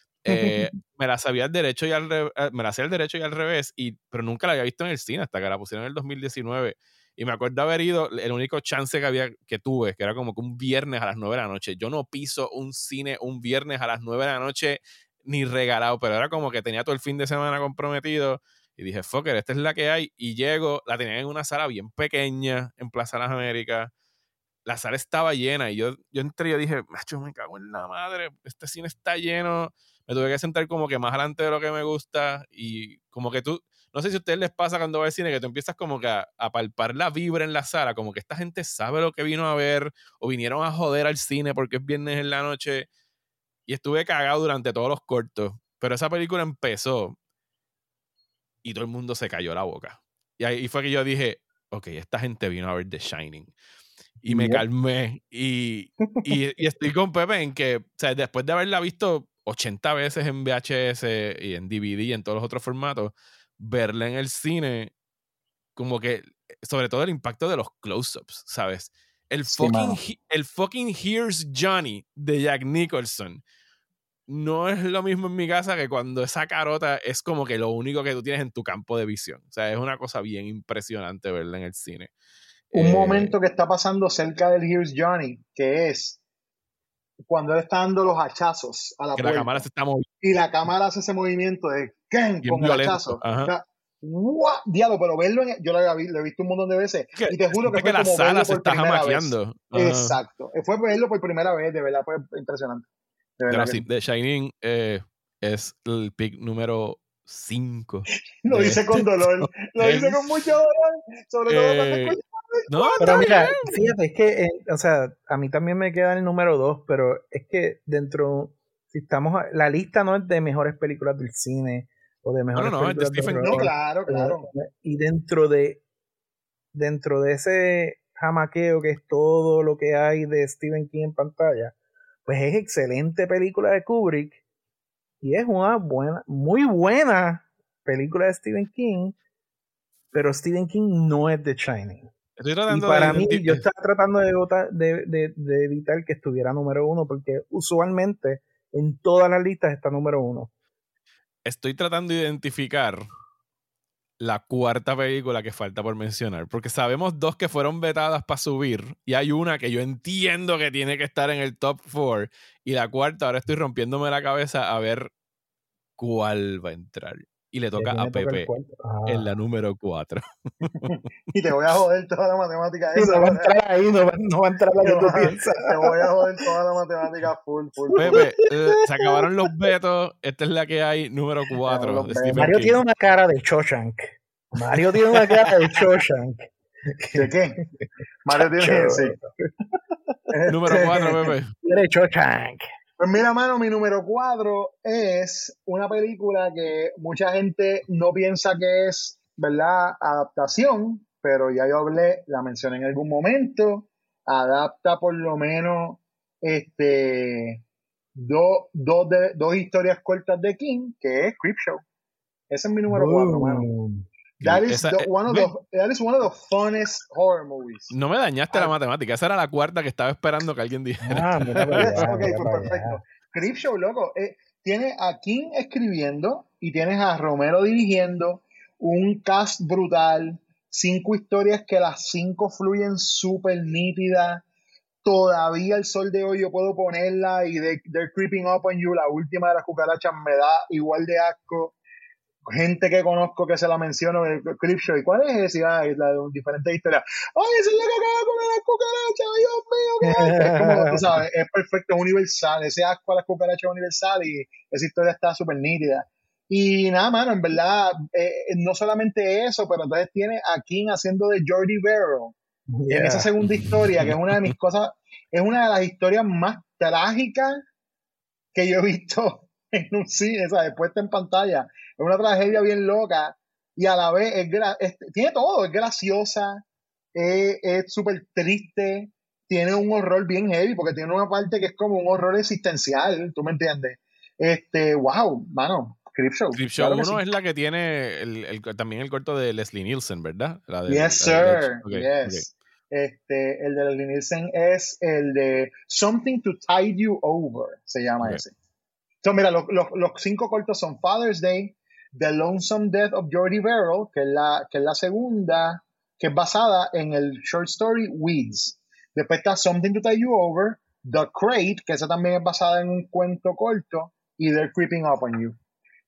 Me la sabía al derecho y al revés, pero nunca la había visto en el cine hasta que la pusieron en el 2019. Y me acuerdo haber ido, el único chance que tuve, que era como que un viernes a las 9 de la noche. Yo no piso un cine un viernes a las 9 de la noche ni regalado, pero era como que tenía todo el fin de semana comprometido y dije, fucker, esta es la que hay. Y llego, la tenían en una sala bien pequeña en Plaza de las Américas. La sala estaba llena y yo entré y yo dije, macho, me cago en la madre, este cine está lleno. Me tuve que sentar como que más adelante de lo que me gusta y como que no sé si a ustedes les pasa cuando va al cine que tú empiezas como que a palpar la vibra en la sala, como que esta gente sabe lo que vino a ver o vinieron a joder al cine porque es viernes en la noche, y estuve cagado durante todos los cortos, pero esa película empezó y todo el mundo se cayó la boca. Y ahí fue que yo dije, ok, esta gente vino a ver The Shining. Y me calmé y estoy con Pepe en que, o sea, después de haberla visto 80 veces en VHS y en DVD y en todos los otros formatos, verla en el cine, como que, sobre todo el impacto de los close-ups, ¿sabes? El fucking Here's Johnny de Jack Nicholson no es lo mismo en mi casa que cuando esa carota es como que lo único que tú tienes en tu campo de visión. O sea, es una cosa bien impresionante verla en el cine. Un momento que está pasando cerca del Here's Johnny, que es cuando él está dando los hachazos a la puerta. La cámara se está moviendo. Y la cámara hace ese movimiento de ¡can! Con el hachazo. O sea, diablo, pero verlo yo lo he visto un montón de veces. Y te juro que fue la como sala verlo se está jamaqueando. Exacto. Fue verlo por primera vez, de verdad, fue impresionante. Pero sí, The Shining es el pick número 5. Lo dice con dolor. Lo dice con mucho dolor. Sobre todo cuando escucha. No, pero mira, fíjate, es que, o sea, a mí también me queda el número 2, pero es que la lista no es de mejores películas del cine o de mejores películas es de Stephen King. No, claro. Y dentro de ese jamaqueo que es todo lo que hay de Stephen King en pantalla, pues es excelente película de Kubrick y es una muy buena película de Stephen King, pero Stephen King no es The Shining. Y para mí, yo estaba tratando de evitar que estuviera número 1, porque usualmente en todas las listas está número 1. Estoy tratando de identificar la cuarta película que falta por mencionar, porque sabemos 2 que fueron vetadas para subir y hay una que yo entiendo que tiene que estar en el top 4 y la cuarta ahora estoy rompiéndome la cabeza a ver cuál va a entrar. Y le toca a Pepe en la número 4. Y te voy a joder toda la matemática esa. No va a entrar ahí, no va a entrar la que tú piensas. Te voy a joder toda la matemática full. Pepe, se acabaron los vetos. Esta es la que hay, número 4. Mario tiene una cara de Shawshank. ¿De qué? Mario tiene sí. Número 4, Pepe. De Shawshank. Pues mira, mano, mi número 4 es una película que mucha gente no piensa que es, ¿verdad?, adaptación, pero ya yo la mencioné en algún momento. Adapta por lo menos dos historias cortas de King, que es Creepshow. Ese es mi número 4, mano. That is one of the funnest horror movies. No me dañaste la matemática. Esa era la cuarta que estaba esperando que alguien dijera. Ok, pues perfecto. Creepshow, loco. Tiene a King escribiendo y tienes a Romero dirigiendo. Un cast brutal. 5 historias que las 5 fluyen súper nítidas. Todavía el sol de hoy yo puedo ponerla y They're Creeping Up on You, la última de las cucarachas, me da igual de asco. Gente que conozco que se la menciono de Creepshow. ¿Y cuál es esa? La de diferentes historias. ¡Ay, esa es la que acaba con las cucarachas! ¡Dios mío! Es como, tú sabes, es perfecto, es universal. Ese asco a las cucarachas es universal y esa historia está súper nítida. Y nada, mano, en verdad, no solamente eso, pero entonces tiene a King haciendo de Jordi Verrill en esa segunda historia, que es una de mis cosas, es una de las historias más trágicas que yo he visto en un cine, ¿sabes? Puesta en pantalla. Es una tragedia bien loca y a la vez tiene todo, es graciosa, es súper triste, tiene un horror bien heavy porque tiene una parte que es como un horror existencial, ¿tú me entiendes? Wow, mano, Creepshow. Creepshow claro 1 sí. Es la que tiene también el corto de Leslie Nielsen, ¿verdad? Yes, sir. Okay, yes. Okay. El de Leslie Nielsen es el de Something to Tide You Over, se llama ese. Entonces, mira, los 5 cortos son Father's Day, The Lonesome Death of Jordi Verrill, que es la segunda, que es basada en el short story Weeds. Después está Something to Tide You Over, The Crate, que esa también es basada en un cuento corto, y They're Creeping Up on You.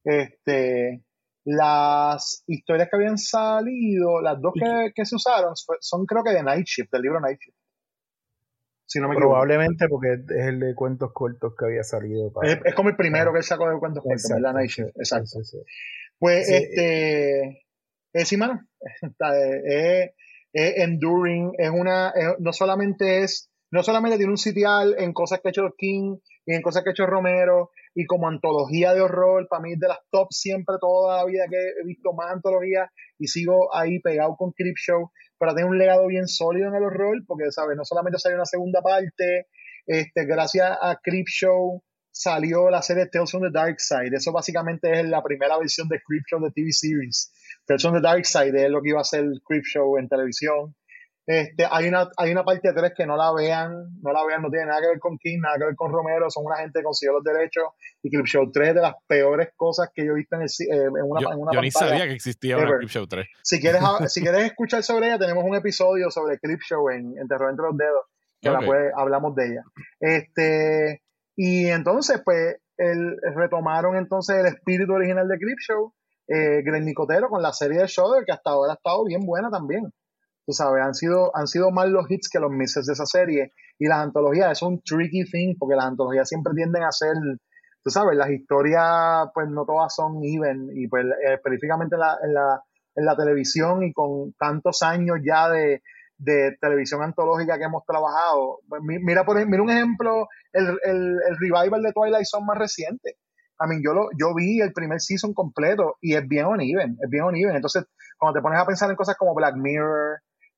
Las historias que habían salido, las 2 que se usaron, son creo que de Night Shift, del libro Night Shift. Si no me probablemente porque es el de cuentos cortos que había salido. Es como el primero que él sacó de cuentos cortos, ¿verdad? Night Shift, exacto. Sí. Pues, sí, mano, es enduring, no solamente tiene un sitial en cosas que ha hecho King y en cosas que ha hecho Romero, y como antología de horror, para mí es de las top siempre toda la vida que he visto más antologías, y sigo ahí pegado con Creepshow, pero tiene un legado bien sólido en el horror, porque, ¿sabes? No solamente salió una segunda parte, gracias a Creepshow salió la serie Tales from the Dark Side. Eso básicamente es la primera versión de Creepshow de TV Series. Tales from the Dark Side es lo que iba a ser Creepshow en televisión. Hay una parte 3 que no la vean, no tiene nada que ver con King, nada que ver con Romero, son una gente que consiguió los derechos, y Creepshow 3 es de las peores cosas que yo he visto en una yo pantalla. Ni sabía que existía una Creepshow 3. Si quieres escuchar sobre ella, tenemos un episodio sobre Creepshow en Terror entre los dedos, que hablamos de ella. Y entonces, pues, retomaron entonces el espíritu original de Creepshow, Greg Nicotero, con la serie de Shudder, que hasta ahora ha estado bien buena también. Tú sabes, han sido más los hits que los misses de esa serie. Y las antologías es un tricky thing, porque las antologías siempre tienden a ser, tú sabes, las historias pues no todas son even, y pues específicamente en la televisión, y con tantos años ya de televisión antológica que hemos trabajado. Mira un ejemplo, el revival de Twilight Zone más reciente. I mean, yo vi el primer season completo y es bien uneven. Entonces, cuando te pones a pensar en cosas como Black Mirror,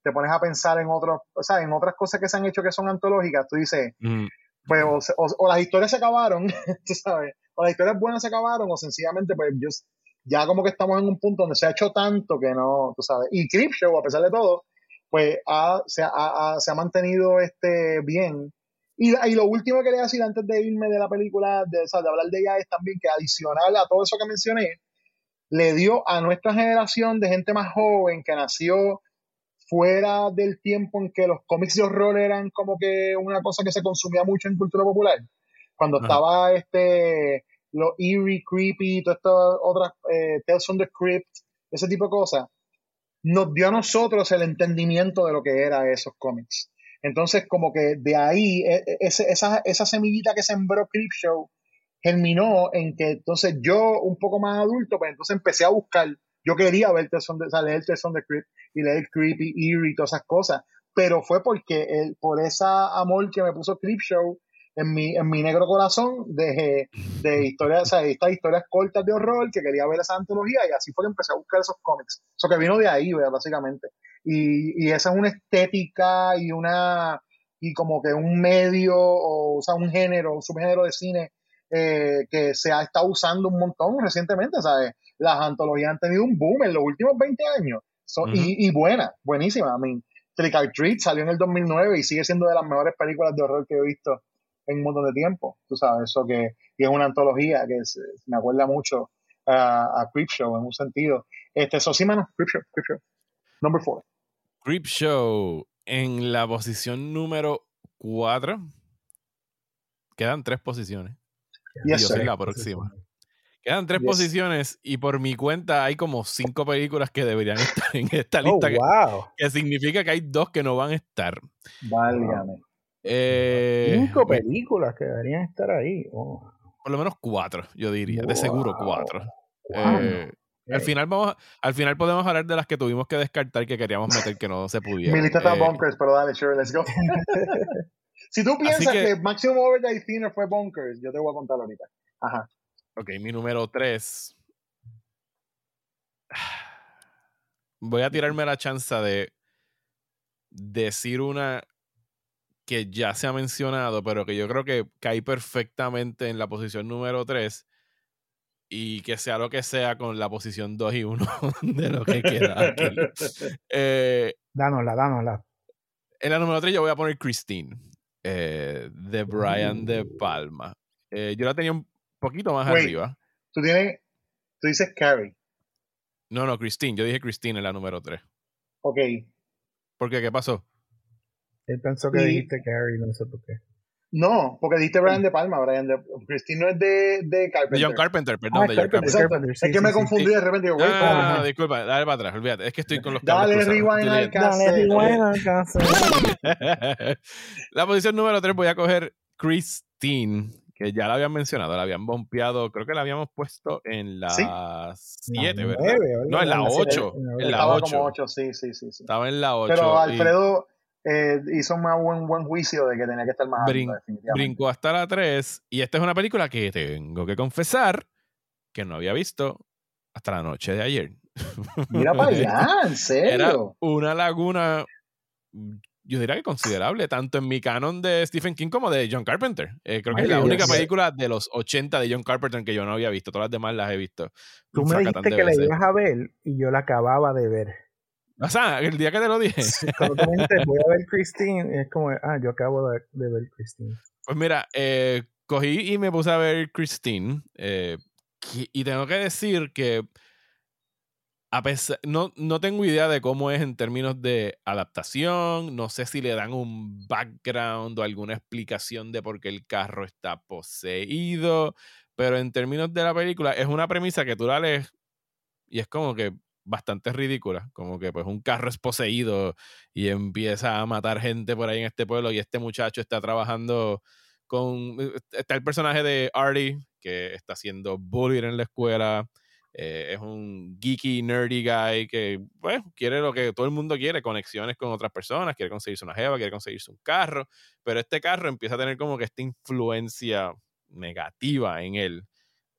te pones a pensar en otros, o sea, en otras cosas que se han hecho que son antológicas, tú dices, pues o las historias se acabaron, tú sabes, o las historias buenas se acabaron, o sencillamente pues ya como que estamos en un punto donde se ha hecho tanto que no, tú sabes, y Creepshow, a pesar de todo, pues se ha mantenido bien. Y lo último que quería decir antes de irme de la película, o sea, de hablar de ella, es también que adicional a todo eso que mencioné, le dio a nuestra generación de gente más joven que nació fuera del tiempo en que los cómics de horror eran como que una cosa que se consumía mucho en cultura popular. Cuando estaba lo eerie, creepy, todas estas otras Tales from the Crypt, ese tipo de cosas, nos dio a nosotros el entendimiento de lo que era esos cómics. Entonces, como que de ahí, esa semillita que sembró Creepshow germinó en que entonces yo, un poco más adulto, pues entonces empecé a buscar. Yo quería ver leer Tales from the Crypt y leer Creepy, Eerie y todas esas cosas, pero fue por esa amor que me puso Creepshow en mi negro corazón de historias, o sea, estas historias cortas de horror que quería ver esa antología, y así fue que empecé a buscar esos cómics. Eso que vino de ahí, ¿verdad? Básicamente. Y esa es una estética y como que un medio, o sea, un género, un subgénero de cine que se ha estado usando un montón recientemente, ¿sabes? Las antologías han tenido un boom en los últimos 20 años. Y buenísima. I mean, Trick or Treat salió en el 2009 y sigue siendo de las mejores películas de horror que he visto en un montón de tiempo, tú sabes, eso y es una antología que me acuerda mucho a Creepshow en un sentido. Eso sí, mano, Creepshow. Number 4. Creepshow en la posición número 4. Quedan 3 posiciones. Yes, yo soy la próxima. Quedan 3 posiciones y por mi cuenta hay como 5 películas que deberían estar en esta lista. Wow. Que significa que hay 2 que no van a estar. Válgame. 5 películas que deberían estar ahí. Oh. Por lo menos 4, yo diría. De seguro 4. Wow. Al final podemos hablar de las que tuvimos que descartar que queríamos meter que no se pudieron. Mi lista está bonkers, pero dale, sure, let's go. Si tú piensas que Maximum Overdrive Thinner fue bonkers, yo te voy a contar ahorita. Ajá. Ok, mi número 3. Voy a tirarme la chance de decir una que ya se ha mencionado, pero que yo creo que cae perfectamente en la posición número 3 y que sea lo que sea con la posición 2 y 1 de lo que queda aquí. Dánosla. En la número 3 yo voy a poner Christine, de Brian De Palma. Yo la tenía un poquito más arriba. Tú dices Carrie. No, Christine. Yo dije Christine en la número 3. Ok. ¿Por qué? ¿Qué pasó? Él pensó que dijiste Carrie, no sé por qué. No, porque dijiste Brian De Palma. Christine no es de Carpenter. De John Carpenter, perdón. De John Carpenter. Es que me confundí de repente. Digo, no, disculpa, dale para atrás, olvídate. Es que estoy con los cables. Dale rewind al cassette. La posición número 3 voy a coger Christine, que ya la habían mencionado, la habían bompeado, creo que la habíamos puesto en la 7, ¿verdad? 9, no, en la 8. En la 8. Como 8, sí. Estaba en la 8. Pero Alfredo hizo un buen juicio de que tenía que estar más alto, definitivamente. Brincó hasta la 3, y esta es una película que tengo que confesar que no había visto hasta la noche de ayer. Mira para allá, ¿en serio? Era una laguna, yo diría que considerable, tanto en mi canon de Stephen King como de John Carpenter. Creo que es la única película de los 80 de John Carpenter que yo no había visto. Todas las demás las he visto. Tú me dijiste que la ibas a ver y yo la acababa de ver. O sea, el día que te lo dije. Sí, cuando tú me dijiste, voy a ver Christine, es como, yo acabo de ver Christine. Pues mira, cogí y me puse a ver Christine. Y tengo que decir que a pesar, no tengo idea de cómo es en términos de adaptación. No sé si le dan un background o alguna explicación de por qué el carro está poseído. Pero en términos de la película, es una premisa que tú la lees y es como que bastante ridícula. Como que pues un carro es poseído y empieza a matar gente por ahí en este pueblo, y este muchacho está trabajando está el personaje de Artie, que está haciendo bullying en la escuela. Es un geeky, nerdy guy que pues, quiere lo que todo el mundo quiere, conexiones con otras personas, quiere conseguirse una jeva, quiere conseguirse un carro, pero este carro empieza a tener como que esta influencia negativa en él.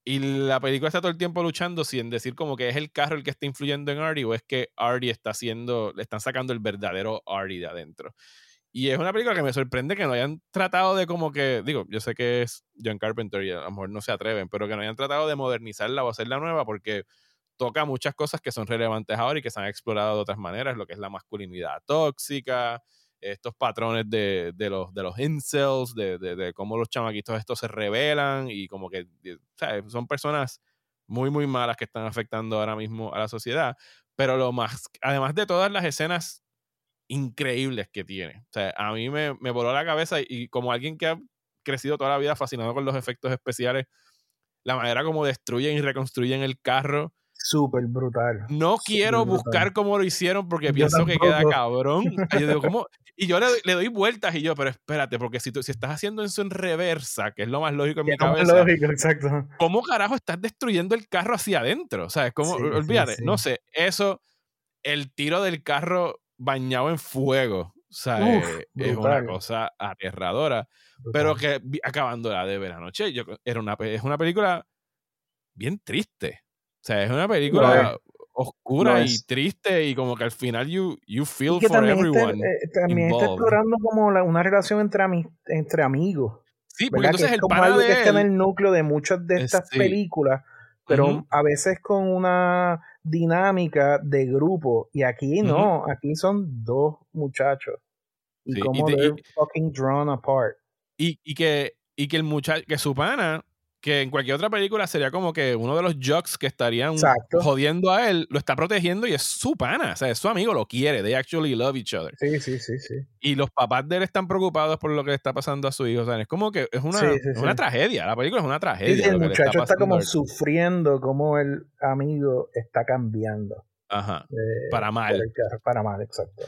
Y la película está todo el tiempo luchando sin decir como que es el carro el que está influyendo en Artie o es que Artie le están sacando el verdadero Artie de adentro. Y es una película que me sorprende que no hayan tratado de como que, digo, yo sé que es John Carpenter y a lo mejor no se atreven, pero que no hayan tratado de modernizarla o hacerla nueva porque toca muchas cosas que son relevantes ahora y que se han explorado de otras maneras, lo que es la masculinidad tóxica, estos patrones de los incels, de cómo los chamaquitos estos se rebelan y como que, ¿sabes? Son personas muy, muy malas que están afectando ahora mismo a la sociedad. Pero además de todas las escenas increíbles que tiene. O sea, a mí me voló la cabeza y como alguien que ha crecido toda la vida fascinado con los efectos especiales, la manera como destruyen y reconstruyen el carro. Súper brutal. No quiero buscar cómo lo hicieron porque Yo pienso que queda tampoco. cabrón. Y yo digo, ¿cómo? Y yo le doy vueltas y yo, pero espérate, porque si estás haciendo eso en reversa, que es lo más lógico en mi cabeza, lógico, exacto. ¿cómo carajo estás destruyendo el carro hacia adentro? O sea, es como, olvídate, no sé, eso, el tiro del carro bañado en fuego, o sea, es una cosa aterradora. Brutal. Pero que acabándola de ver anoche, es una película bien triste. O sea, es una película oscura y triste y como que al final you feel for everyone. También está explorando como una relación entre amigos. Sí, porque entonces el pana algo de que él está en el núcleo de muchas de estas películas, pero a veces con una dinámica de grupo. Y aquí no, aquí son dos muchachos. Y como they're fucking drawn apart. Y que el muchacho, que su pana, que en cualquier otra película sería como que uno de los jocks que estarían jodiendo a él, lo está protegiendo y es su pana, o sea, es su amigo, lo quiere, they actually love each other. Sí. Y los papás de él están preocupados por lo que le está pasando a su hijo, o sea, es como que es una tragedia, la película es una tragedia. Sí, el muchacho está como sufriendo como el amigo está cambiando. Ajá, para mal. Para mal, exacto.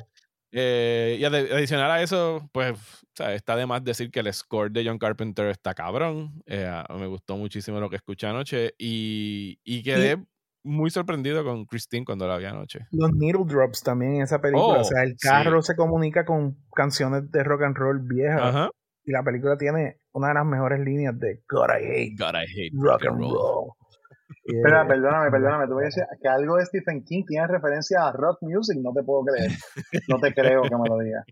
Y adicional a eso, pues, o sea, está de más decir que el score de John Carpenter está cabrón. Me gustó muchísimo lo que escuché anoche y quedé muy sorprendido con Christine cuando la vi anoche. Los needle drops también en esa película. O sea, el carro se comunica con canciones de rock and roll viejas. Ajá. Y la película tiene una de las mejores líneas de God, I hate rock and roll. Espera, perdóname, te voy a decir que algo de Stephen King tiene referencia a rock music, no te puedo creer. No te creo que me lo digas.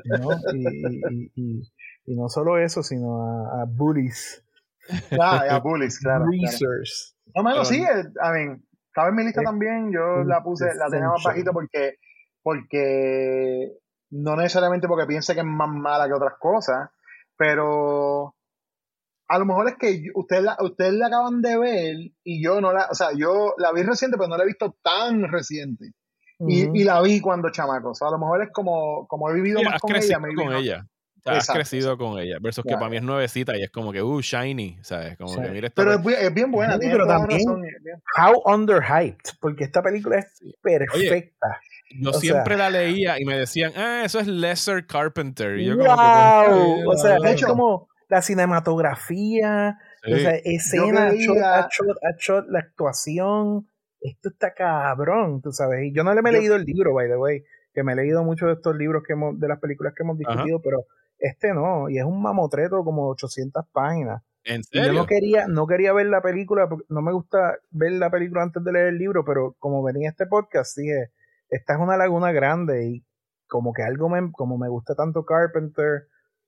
Y no solo eso, sino a bullies. A bullies, claro. Greasers. No, mano, sí, estaba en mi lista también, yo la tenía más bajito porque no necesariamente porque piense que es más mala que otras cosas, pero a lo mejor es que ustedes la acaban de ver y yo no yo la vi reciente, pero no la he visto tan reciente. Y la vi cuando chamaco. O sea, a lo mejor es como he vivido más con ella. Has crecido con ella. Versus que para mí es nuevecita y es como que, shiny, ¿sabes? Como que mira esta. Pero es bien buena, tiene toda también, razón. How underhyped, porque esta película es perfecta. Oye, yo siempre la leía y me decían, eso es Lesser Carpenter. Y yo como o sea, es como la cinematografía, o sea, escena, shot, la actuación, esto está cabrón, tú sabes. Y yo no me he leído el libro, by the way, que me he leído muchos de estos libros de las películas que hemos discutido, pero no, y es un mamotreto como 800 páginas. ¿En serio? Y yo no quería ver la película, porque no me gusta ver la película antes de leer el libro, pero como venía este podcast, dije, esta es una laguna grande y como que como me gusta tanto Carpenter,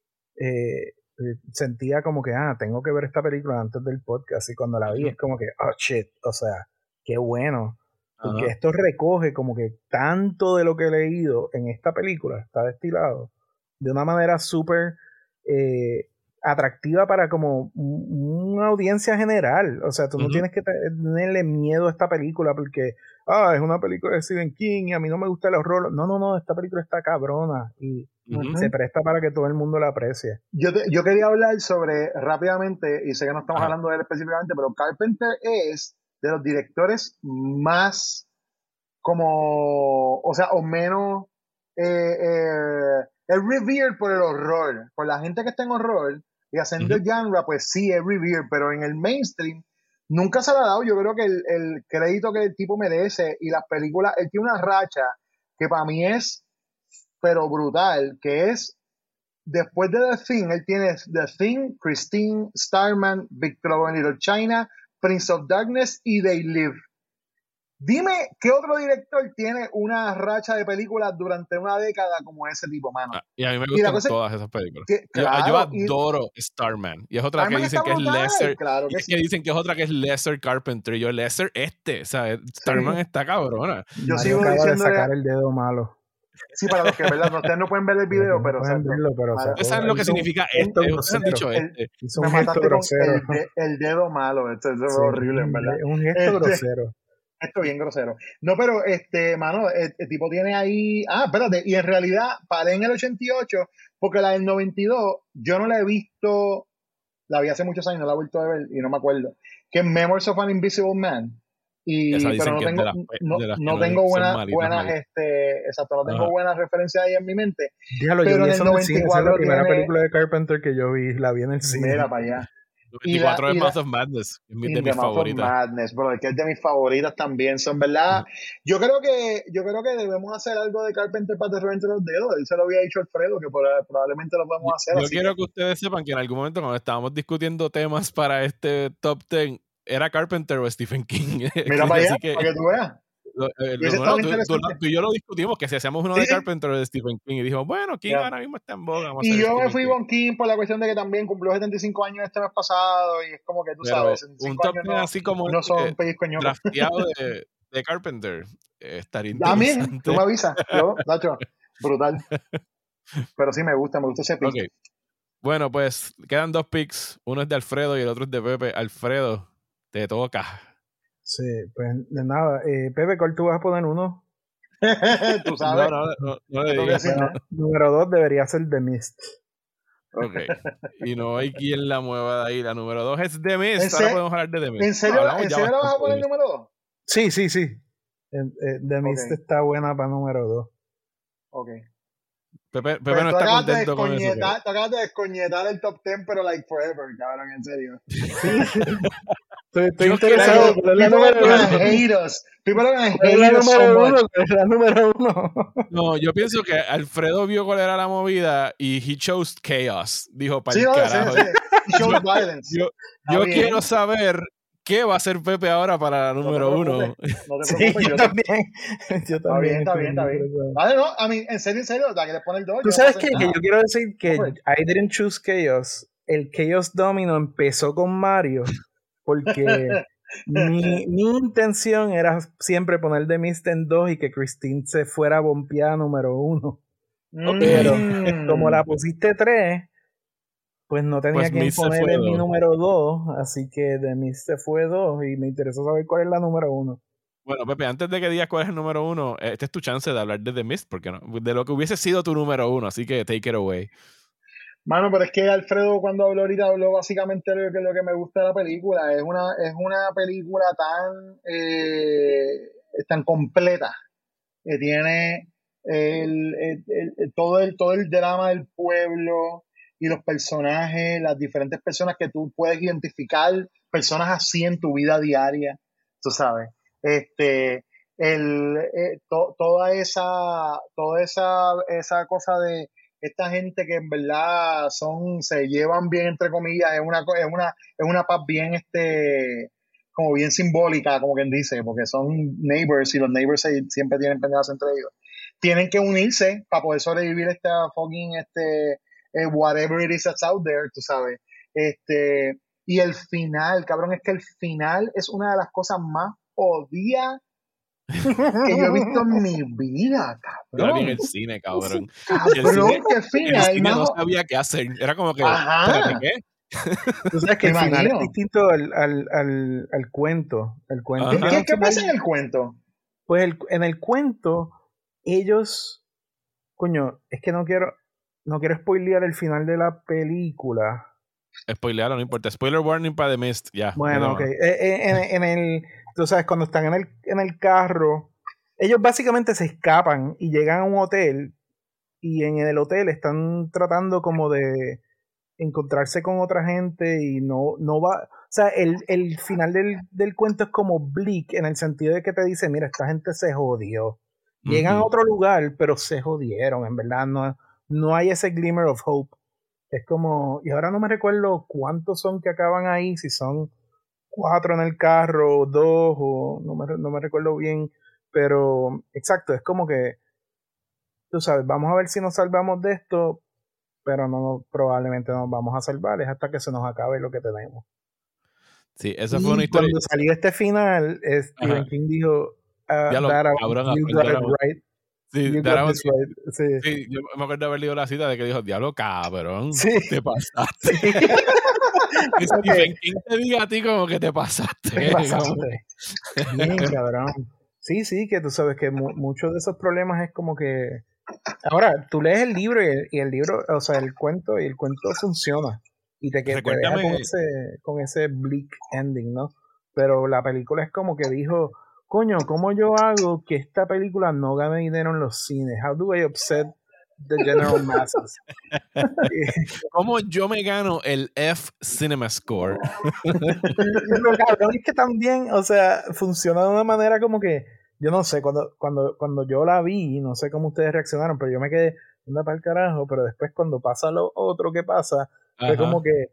sentía como que, tengo que ver esta película antes del podcast, y cuando la vi es como que, oh shit, o sea, qué bueno, porque esto recoge como que tanto de lo que he leído en esta película, está destilado de una manera súper atractiva para como una audiencia general, o sea, tú no tienes que tenerle miedo a esta película porque, es una película de Stephen King y a mí no me gusta el horror, no, esta película está cabrona y se presta para que todo el mundo la aprecie. Yo quería hablar rápidamente, y sé que no estamos hablando de él específicamente, pero Carpenter es de los directores más o menos es revered por el horror, por la gente que está en horror y haciendo el genre, pues sí es revered, pero en el mainstream nunca se le ha dado, yo creo que el crédito que el tipo merece, y las películas, él tiene una racha que para mí es pero brutal, que es después de The Thing, él tiene The Thing, Christine, Starman, Big Trouble in Little China, Prince of Darkness y They Live. Dime, ¿qué otro director tiene una racha de películas durante una década como ese tipo, mano? Y a mí me gustan todas esas películas. Claro, yo adoro Starman. Y es otra Starman que dicen que es lesser. Claro que que dicen que es otra que es lesser Carpenter. Y yo, lesser ¿sabes? Starman está cabrona. Yo sigo acaba diciendo de sacar el dedo malo. Sí, para los que verdad, ustedes no pueden ver el video, pero ¿Ustedes saben lo que significa Ustedes han dicho me mataste con el dedo malo. Esto es horrible, en verdad. Es un gesto grosero. Esto bien grosero. No, pero mano, el tipo tiene ahí. Espérate, y en realidad paré en el 88, porque la del 92, yo no la he visto, la vi hace muchos años, no la he vuelto a ver y no me acuerdo. Que es Memories of an Invisible Man. Pero no tengo buenas referencias ahí en mi mente. Dígalo, pero en el 94 es la primera película de Carpenter que yo vi, la vi en el cine. Mira para allá. 24 es Mouth of Madness, es de mis favoritas. Madness, bro, que es de mis favoritas también, son verdad. Yo creo que debemos hacer algo de Carpenter para derrotar entre los dedos. Él se lo había dicho Alfredo, que probablemente lo podemos hacer. Yo quiero que ustedes sepan que en algún momento cuando estábamos discutiendo temas para este top 10, ¿era Carpenter o Stephen King? Mira para allá, para que tú veas. Tú y yo lo discutimos, que si hacíamos uno de Carpenter o de Stephen King, y dijimos, bueno, King ahora mismo está en boga. Y yo me fui con King por la cuestión de que también cumplió 75 años este mes pasado, y es como que tú sabes, un top 10 así como no son pellizcoños drafteado de Carpenter, estaría interesante. A mí, tú me avisas, yo, Nacho, brutal. Pero sí me gusta ese pick. Okay. Bueno, pues quedan 2 picks, uno es de Alfredo y el otro es de Pepe. Alfredo, te toca. Sí, pues de nada. Pepe, ¿cuál tú vas a poner uno? Tú sabes. No le digas. Número 2 debería ser The Mist. Ok. Y no hay quien la mueva de ahí. La número 2 es The Mist. Ahora podemos hablar de The Mist. ¿En serio la vas a poner el número 2? Sí. The Mist está buena para número 2. Ok. Pepe no está contento con eso. Te acabas de descoñetar el top 10, pero like forever, cabrón, en serio. Estoy interesado por la número 1. People are gonna hate us so much. La número 1. No, yo pienso que Alfredo vio cuál era la movida y he chose chaos. Dijo, para el carajo. He chose violence. Yo quiero saber qué va a hacer Pepe ahora para la número 1. No te preocupes, yo también. Está bien. Vale, no, en serio, la que le pone el 2. ¿Tú sabes qué? Que yo quiero decir que I didn't choose chaos. El Chaos Domino empezó con Mario porque mi intención era siempre poner The Mist en 2 y que Christine se fuera bompeada número 1. Pero como la pusiste 3, pues no tenía que poner en mi número 2, así que The Mist se fue 2 y me interesó saber cuál es la número 1. Bueno, Pepe, antes de que digas cuál es el número 1, esta es tu chance de hablar de The Mist, porque no, de lo que hubiese sido tu número 1, así que take it away. Mano, pero es que Alfredo cuando habló ahorita habló básicamente de lo que me gusta de la película. Es una película tan completa, que tiene todo el drama del pueblo y los personajes, las diferentes personas que tú puedes identificar, personas así en tu vida diaria, tú sabes. Toda esa cosa de esta gente que en verdad se llevan bien, entre comillas, es una paz bien como bien simbólica, como quien dice, porque son neighbors y los neighbors siempre tienen pendejadas entre ellos. Tienen que unirse para poder sobrevivir esta fucking whatever it is that's out there, tú sabes. Y el final, cabrón, es que el final es una de las cosas más odiadas que yo he visto en mi vida, cabrón. Yo la vi en el cine, cabrón. Cabrón, qué final. El cine no sabía qué hacer. Era como que, ajá. ¿qué? Tú sabes que el final es distinto al cuento. El cuento. ¿Qué pasa en el cuento? Pues en el cuento, ellos, coño, es que no quiero spoilear el final de la película. Spoilearlo, no importa. Spoiler warning para The Mist, ya. Bueno, ok. Tú sabes, cuando están en el carro, ellos básicamente se escapan y llegan a un hotel, y en el hotel están tratando como de encontrarse con otra gente y no va. O sea, el final del cuento es como bleak en el sentido de que te dice, mira, esta gente se jodió. Llegan a otro lugar, pero se jodieron, en verdad. No hay ese glimmer of hope. Es como, y ahora no me recuerdo cuántos son que acaban ahí, si son 4 en el carro, 2, o no me recuerdo bien, pero exacto, es como que, tú sabes, vamos a ver si nos salvamos de esto, pero probablemente no nos vamos a salvar, es hasta que se nos acabe lo que tenemos. Sí, esa fue una Y historia. cuando salió este final, Stephen King dijo, cabrón, you got it right. Sí, You got this right. Sí, yo me acuerdo de haber leído la cita de que dijo, diablo, cabrón, sí. te pasaste. Sí. Que Stephen King te diga a ti como que te pasaste. Te pasaste. Bien, cabrón. Sí, que tú sabes que muchos de esos problemas es como que... Ahora, tú lees el libro y el libro, o sea, el cuento funciona. Y te deja con ese bleak ending, ¿no? Pero la película es como que dijo, coño, ¿cómo yo hago que esta película no gane dinero en los cines? How do I upset the general masses? ¿Cómo yo me gano el F Cinema Score? Lo cabrón es que también, o sea, funciona de una manera como que, yo no sé, cuando yo la vi, no sé cómo ustedes reaccionaron, pero yo me quedé, anda para el carajo, pero después cuando pasa lo otro que pasa, fue como que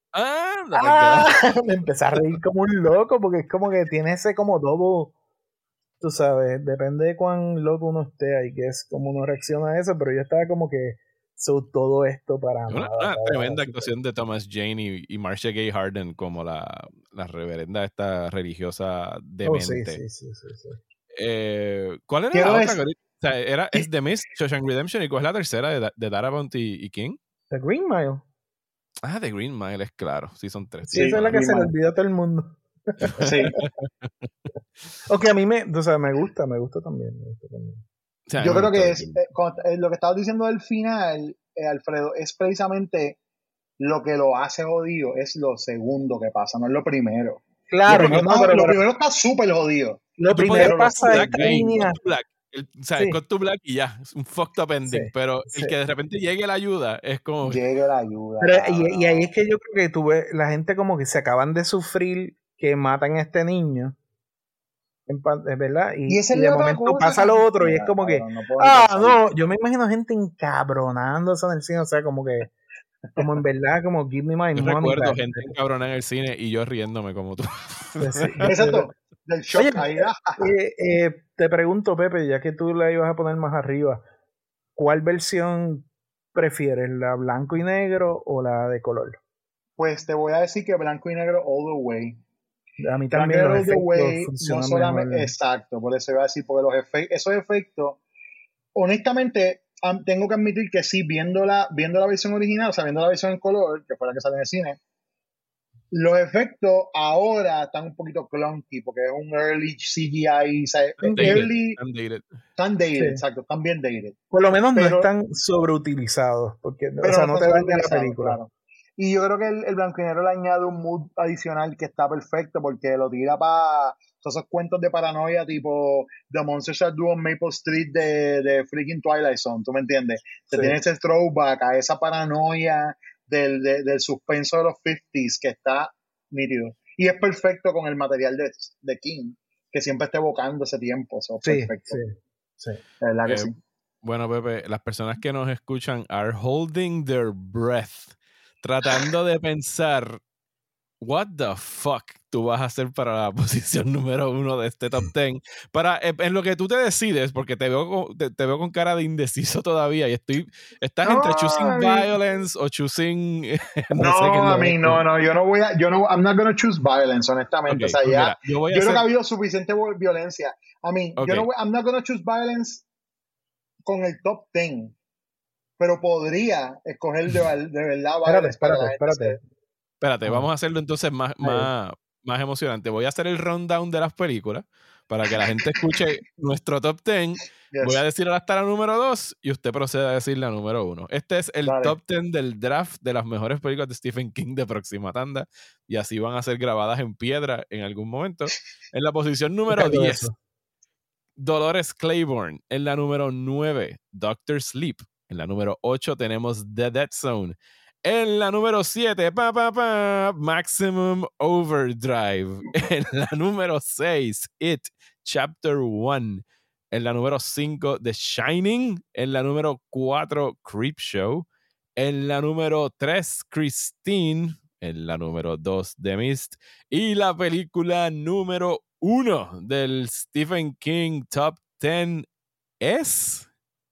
me empecé a reír como un loco, porque es como que tiene ese como doble, tú sabes, depende de cuán loco uno esté ahí, que es como uno reacciona a eso, pero yo estaba como que todo esto para una tremenda actuación de Thomas Jane y Marcia Gay Harden como la reverenda esta religiosa demente. Sí. ¿Cuál era la otra? O sea, es The Mist, Shawshank Redemption, ¿y cuál es la tercera de Darabont y King? The Green Mile. The Green Mile, es claro. Sí, son 3. Sí, esa es la que se le olvida a todo el mundo. Sí. Ok, a mí me gusta también. O sea, yo creo que lo que estabas diciendo del final, Alfredo, es precisamente lo que lo hace jodido, es lo segundo que pasa, no es lo primero. Claro, lo primero está súper jodido. Lo primero pasa esta línea. O sea, Cut to Black y ya, es un fucked up ending, pero el que de repente llegue la ayuda es como... Llegue la ayuda. Pero, y ahí es que yo creo que tuve la gente como que se acaban de sufrir que matan a este niño, ¿verdad? Y de momento pasa lo otro y es como que, no, yo me imagino gente encabronándose en el cine, o sea, como que, como en verdad, como give me my money. Yo recuerdo gente encabronada en el cine y yo riéndome como tú. Exacto. Del shock. Oye, te pregunto, Pepe, ya que tú la ibas a poner más arriba, ¿cuál versión prefieres, la blanco y negro o la de color? Pues te voy a decir que blanco y negro all the way. A mí también los efectos funcionan no solamente mejor. Exacto, por eso iba a decir, porque esos efectos, honestamente, tengo que admitir que sí, viendo la versión original, o sea, viendo la versión en color, que fue la que sale en el cine, los efectos ahora están un poquito clunky, porque es un early CGI, tan dated, exacto, están bien dated. Por lo menos no están sobreutilizados, porque o sea, no te daña la película. Claro. Y yo creo que el blanco y negro le añade un mood adicional que está perfecto, porque lo tira para todos esos cuentos de paranoia tipo The Monster Shall Do on Maple Street de freaking Twilight Zone, ¿tú me entiendes? Se tiene ese throwback a esa paranoia del suspenso de los 50s que está nítido. Y es perfecto con el material de King, que siempre está evocando ese tiempo. Eso es perfecto. Sí. La verdad que sí. Bueno, Pepe, las personas que nos escuchan are holding their breath, tratando de pensar what the fuck tú vas a hacer para la posición número 1 de este top 10 en lo que tú te decides, porque te veo con cara de indeciso todavía y estás entre choosing violence o choosing I'm not gonna choose violence, honestamente. Okay, o sea, ya, yo creo que ha habido suficiente violencia. I'm not gonna choose violence con el top 10, pero podría escoger de verdad violence. Espérate, vamos a hacerlo entonces más emocionante. Voy a hacer el rundown de las películas para que la gente escuche nuestro top 10. Yes. Voy a decir hasta la número 2 y usted procede a decir la número 1. Este es el top 10 del draft de las mejores películas de Stephen King de próxima tanda, y así van a ser grabadas en piedra en algún momento. En la posición número 10, Dolores Claiborne. En la número 9, Doctor Sleep. En la número 8 tenemos The Dead Zone. En la número 7, Maximum Overdrive. En la número 6, It, Chapter 1. En la número 5, The Shining. En la número 4, Creepshow. En la número 3, Christine. En la número 2, The Mist. Y la película número 1 del Stephen King Top 10 es...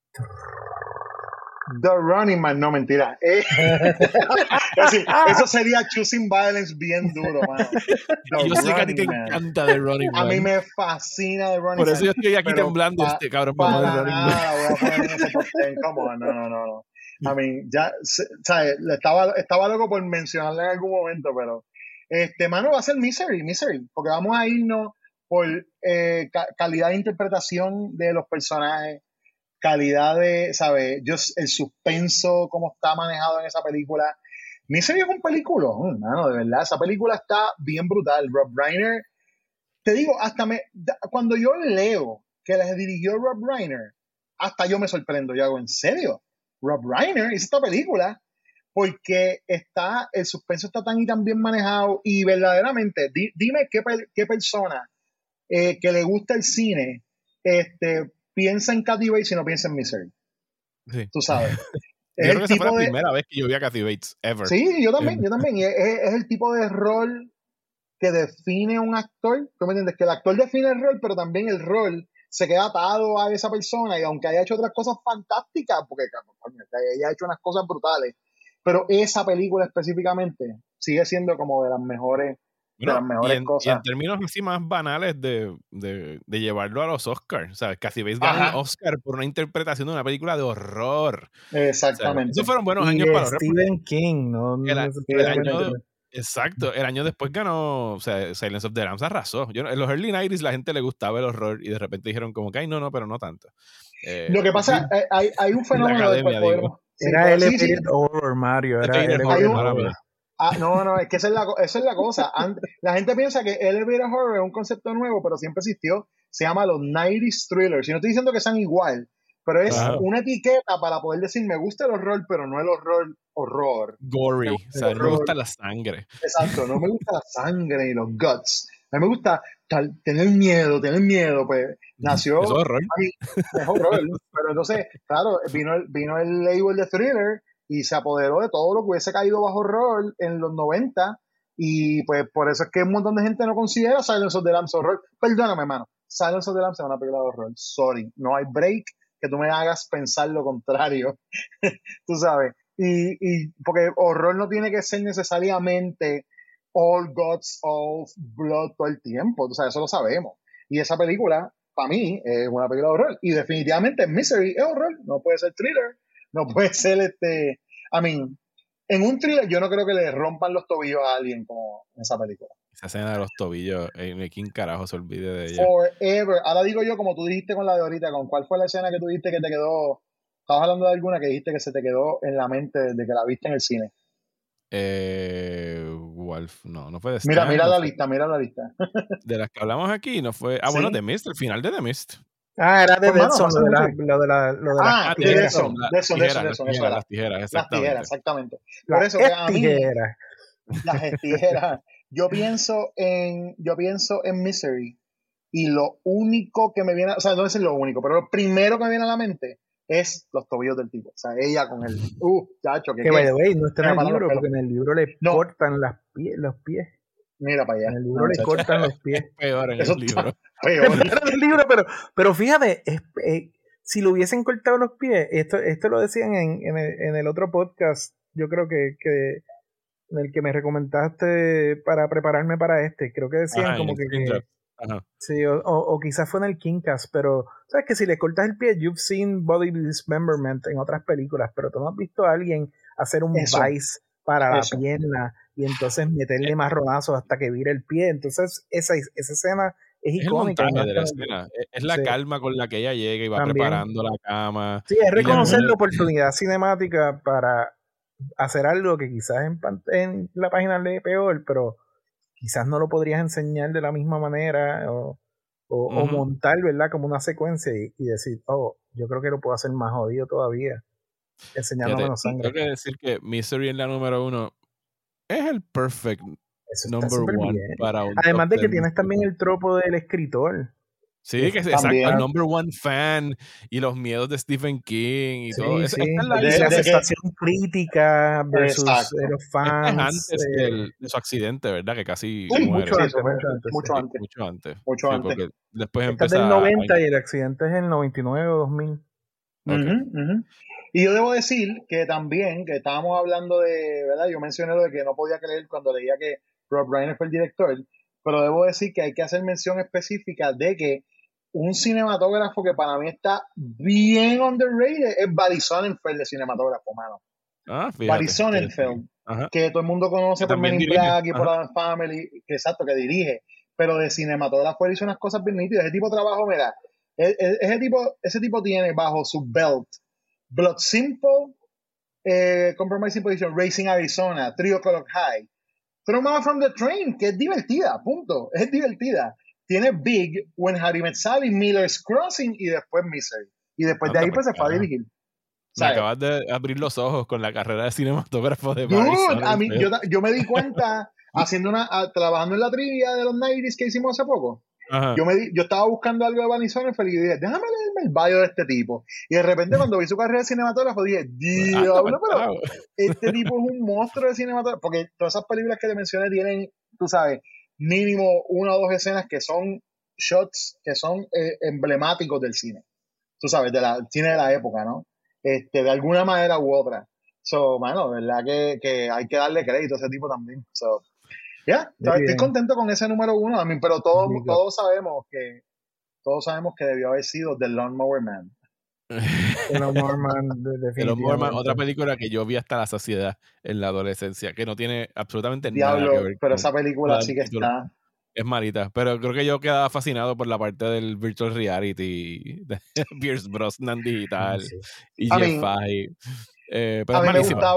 The Running Man, no, mentira. Es decir, eso sería Choosing Violence bien duro, mano. Y yo sé que a ti te encanta The Running Man. A mí me fascina The Running Man. Por eso yo estoy aquí temblando, cabrón. Para nada, voy a poner en ese top 10. ¿Cómo? No. A mí, ya, ¿sabes? Estaba loco por mencionarle en algún momento, pero mano, va a ser Misery, porque vamos a irnos por calidad de interpretación de los personajes, calidad de, ¿sabes? El suspenso, cómo está manejado en esa película. Misery es un peliculón, mano, de verdad. Esa película está bien brutal. Rob Reiner, te digo, cuando yo leo que la dirigió Rob Reiner, hasta yo me sorprendo. Yo hago, ¿en serio? Rob Reiner hizo esta película, porque el suspenso está tan y tan bien manejado, y verdaderamente, dime qué persona que le gusta el cine piensa en Kathy Bates y no piensa en Misery. Sí. Tú sabes. Yo creo que esa fue la primera vez que yo vi a Kathy Bates ever. Sí, yo también. Y es el tipo de rol que define un actor. ¿Tú me entiendes? Que el actor define el rol, pero también el rol se queda atado a esa persona, y aunque haya hecho otras cosas fantásticas, porque ella ha hecho unas cosas brutales, pero esa película específicamente sigue siendo como de las mejores, cosas. Y en términos así más banales de llevarlo a los Oscars, ¿sabes? Kathy Bates ganó un Oscar por una interpretación de una película de horror. Exactamente. O sea, esos fueron buenos años para Stephen King, ¿no? Exacto, el año después ganó, o sea, Silence of the Lambs arrasó. En los early 90s la gente le gustaba el horror, y de repente dijeron como que, ay, no, pero no tanto. Lo que pasa, hay un fenómeno academia, era Elevated Horror, Mario. Era no, es que esa es la cosa. La gente piensa que Elevated Horror es un concepto nuevo, pero siempre existió. Se llama los 90s Thrillers. Y no estoy diciendo que sean igual, pero es una etiqueta para poder decir, me gusta el horror, pero no el horror. Gory, o sea, no me gusta la sangre. Exacto, no me gusta la sangre y los guts. A mí me gusta tener miedo, pues nació... Es horror. Es horror, pero entonces, claro, vino el label de thriller y se apoderó de todo lo que hubiese caído bajo horror en los 90, y pues por eso es que un montón de gente no considera Silence of the Lambs horror. Perdóname, hermano, Silence of the Lambs es una película de horror, sorry, no hay break que tú me hagas pensar lo contrario. Tú sabes, y porque horror no tiene que ser necesariamente all guts, all blood todo el tiempo, o sea, eso lo sabemos. Y esa película, para mí, es una película de horror. Y definitivamente Misery es horror, no puede ser thriller, no puede ser en un thriller yo no creo que le rompan los tobillos a alguien como en esa película. Esa escena de los tobillos, ¿quién carajo se olvide de ella? Forever. Ahora digo yo, como tú dijiste con la de ahorita, ¿con cuál fue la escena que tú dijiste que te quedó? Estabas hablando de alguna que dijiste que se te quedó en la mente desde que la viste en el cine. Wolf, no fue de Mira la lista. De las que hablamos aquí, no fue. ¿Sí? Bueno, The Mist, el final de The Mist. Era de Dead Zone, lo de las tijeras, exactamente. Por eso que a mí, las tijeras. Yo pienso en Misery, y lo único que me viene, o sea, no es lo único, pero lo primero que me viene a la mente es los tobillos del tipo. O sea, ella con el chacho, que by the way, no está en el libro, porque en el libro le cortan los pies. Mira para allá. En el libro le cortan los pies. Es peor en el libro. Peor en el libro, pero fíjate, si lo hubiesen cortado los pies, esto lo decían en el otro podcast, yo creo que en el que me recomendaste para prepararme para creo que decían como que sí, o quizás fue en el Kingcast, pero sabes que si le cortas el pie, you've seen body dismemberment en otras películas, pero tú no has visto a alguien hacer un vice para la pierna y entonces meterle marronazos hasta que vire el pie. Entonces esa escena es icónica. El montaje de la escena. Es la calma con la que ella llega y va preparando la cama. Sí, es reconocer la oportunidad cinemática para hacer algo que quizás en la página lee peor, pero quizás no lo podrías enseñar de la misma manera o montar, ¿verdad? Como una secuencia y decir, yo creo que lo puedo hacer más jodido todavía, enseñando menos sangre. Tengo que decir que Misery en la número 1 es el perfect number 1 para un además de que tienes también el tropo del escritor, Sí, que es exacto, el number one fan y los miedos de Stephen King y todo. Sí. Esta es la aceptación crítica versus los fans. Antes de su accidente, ¿verdad? Que casi muere. Mucho antes. Porque después Esta empieza es del 90 y el accidente es en el 99 o 2000. Y yo debo decir que también, que estábamos hablando de, ¿verdad? Yo mencioné lo de que no podía creer cuando leía que Rob Reiner fue el director, pero debo decir que hay que hacer mención específica de que un cinematógrafo que para mí está bien underrated es Barry Sonnenfeld de cinematógrafo, mano. Barry Sonnenfeld, que todo el mundo conoce por Men in Black y por Adam's Family, que exacto, que dirige, pero de cinematógrafo él hizo unas cosas bien nítidas. Ese tipo de trabajo, mira, ese tipo tiene bajo su belt Blood Simple, Compromising Position, Racing Arizona, 3 O'Clock High, Trauma from the Train, que es divertida, punto, es divertida. Tiene Big, When Harry Met Sally, Miller's Crossing y después Misery. Y después de ahí pues se fue a dirigir. Me acabas de abrir los ojos con la carrera de cinematógrafo de Barry Sonnenfeld. A mí, yo me di cuenta trabajando en la trivia de los 90s que hicimos hace poco. Yo estaba buscando algo de Barry Sonnenfeld y dije, déjame leerme el bio de este tipo. Y de repente cuando vi su carrera de cinematógrafo dije, diablo, pero este tipo es un monstruo de cinematógrafo. Porque todas esas películas que te mencioné tienen, tú sabes, mínimo 1 o 2 escenas que son shots que son emblemáticos del cine. Tú sabes, del cine de la época, ¿no? De alguna manera u otra. Mano, verdad que hay que darle crédito a ese tipo también. Estoy contento con ese número 1, pero todos sabemos que debió haber sido The Lawnmower Man. The Lawnmower Man, The Lawnmower Man, otra película que yo vi hasta la saciedad en la adolescencia, que no tiene absolutamente nada que ver. Pero esa película sí que está. Es malita, pero creo que yo quedaba fascinado por la parte del virtual reality de Pierce Brosnan digital y Jeff Fahey. Pero a mí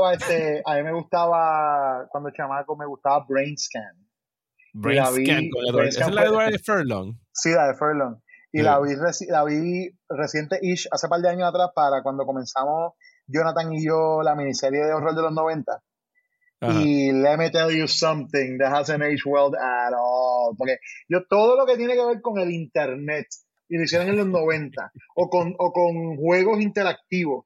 me gustaba cuando chamaco, me gustaba Brainscan. Brainscan con Edward. ¿Esa es la de Edward Furlong? Sí, la de Furlong. Y la vi reciente-ish, hace par de años atrás, para cuando comenzamos Jonathan y yo la miniserie de horror de los 90. Y let me tell you something that hasn't aged well at all. Porque todo lo que tiene que ver con el internet, y lo hicieron en los 90, o con juegos interactivos.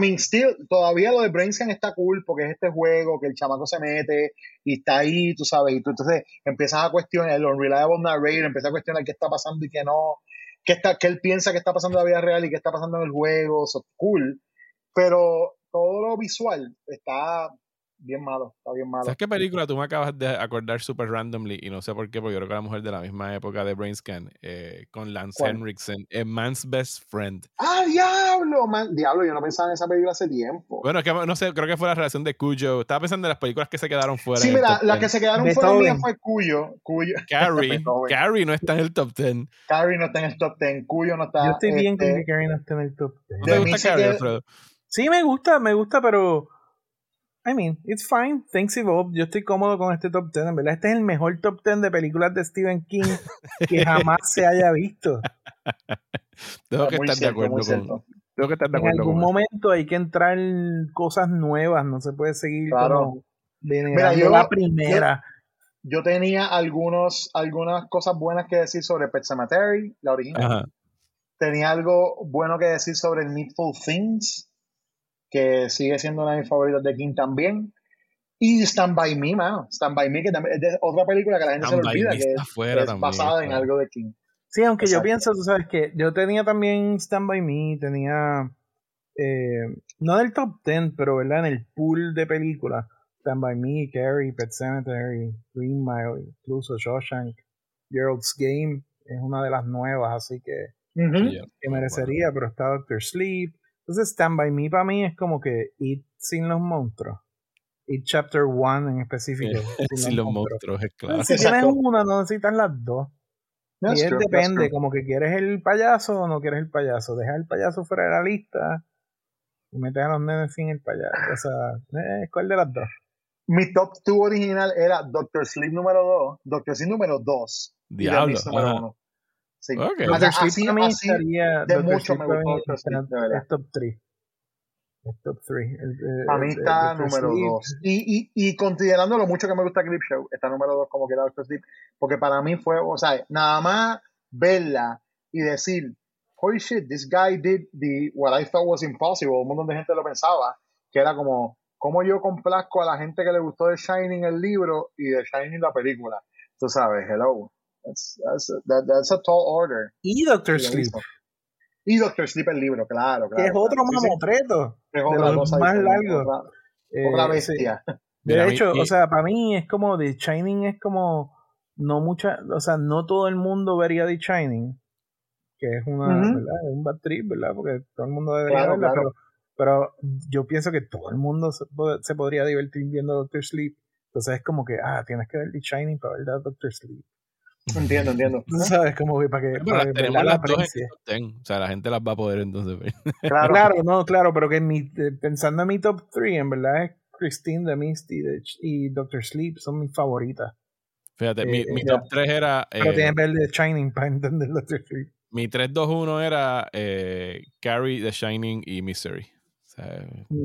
Todavía lo de Brainscan está cool porque es este juego que el chamaco se mete y está ahí, tú sabes, y tú entonces empiezas a cuestionar el unreliable narrator, empiezas a cuestionar qué está pasando y qué no, qué él piensa que está pasando en la vida real y qué está pasando en el juego, cool, pero todo lo visual está bien malo, está bien malo. ¿Sabes qué película tú me acabas de acordar super randomly? Y no sé por qué, porque yo creo que la mujer de la misma época de Brainscan, con Lance Henriksen, Man's Best Friend. ¡Ah, diablo! Yo no pensaba en esa película hace tiempo. Bueno, es que no sé, creo que fue la relación de Cuyo. Estaba pensando en las películas que se quedaron fuera. Sí, mira, las que se quedaron fuera mía fue Cuyo. Carrie no está en el top 10. Carrie no está en el top 10. Cuyo no está. Yo estoy bien con que Carrie no esté en el top 10. ¿No te gusta Carrie, Alfredo? Sí, me gusta, pero it's fine. Thanks Evolve. Yo estoy cómodo con este top 10. En verdad, este es el mejor top 10 de películas de Stephen King que jamás se haya visto. Tengo que estar de acuerdo En algún momento hay que entrar cosas nuevas. No se puede seguir como venerando la primera. Yo tenía algunas cosas buenas que decir sobre Pet Sematary, la original. Tenía algo bueno que decir sobre Needful Things, que sigue siendo una de mis favoritas de King también. Y Stand By Me, mano. Stand By Me, que también es otra película que la gente se le olvida, que es basada en algo de King. Sí, aunque yo pienso, tú sabes que yo tenía también Stand By Me, tenía no del top 10, pero ¿verdad? En el pool de películas, Stand By Me, Carrie, Pet Sematary, Green Mile, incluso Shawshank, Gerald's Game es una de las nuevas, así que merecería, pero está Doctor Sleep. Entonces Stand By Me para mí es como que It sin los monstruos. It Chapter 1 en específico. Sin los monstruos, es claro. Si tienes una, no necesitas las dos. Y él depende, como que quieres el payaso o no quieres el payaso. Deja el payaso fuera de la lista y metes a los nenes sin el payaso. O sea, ¿cuál de las dos? Mi top 2 original era Doctor Sleep número 2, Doctor Sleep número 2. Diablo. Y número 1. Sí. Okay. Doctor Sleep para mí estaría de mucho me gustó Doctor Sleep, de verdad. Es top 3. Es top 3. A mí está número 2. Y considerando lo mucho que me gusta Creepshow, está número 2 como que era Doctor Sleep. Porque para mí fue, o sea, nada más verla y decir, holy shit, this guy did what I thought was impossible. Un montón de gente lo pensaba, que era como yo complazco a la gente que le gustó de Shining el libro y de Shining la película. Tú sabes, hello. That's a tall order. Y Doctor Sleep. Y Doctor Sleep el libro, claro. Que es otro mamotreto. Es otra cosa más largo. Otra bestia. Sí. De hecho, o sea, para mí es como The Shining es como no todo el mundo vería The Shining, que es ¿verdad? Es un bad trip, ¿verdad? Porque todo el mundo debería verla, claro. Pero yo pienso que todo el mundo se podría divertir viendo Doctor Sleep. Entonces es como que, tienes que ver The Shining para ver Doctor Sleep. Entiendo. Tú sabes, como que para que tenemos las dos o sea, la gente las va a poder entonces ver. Claro, pero que pensando en mi top 3, en verdad es Christine, The Mist y Doctor Sleep son mis favoritas. Fíjate, mi top 3 era... pero tienes que ver The Shining para entender Doctor Sleep. Mi 3-2-1 era Carrie, The Shining y Mystery. O sea,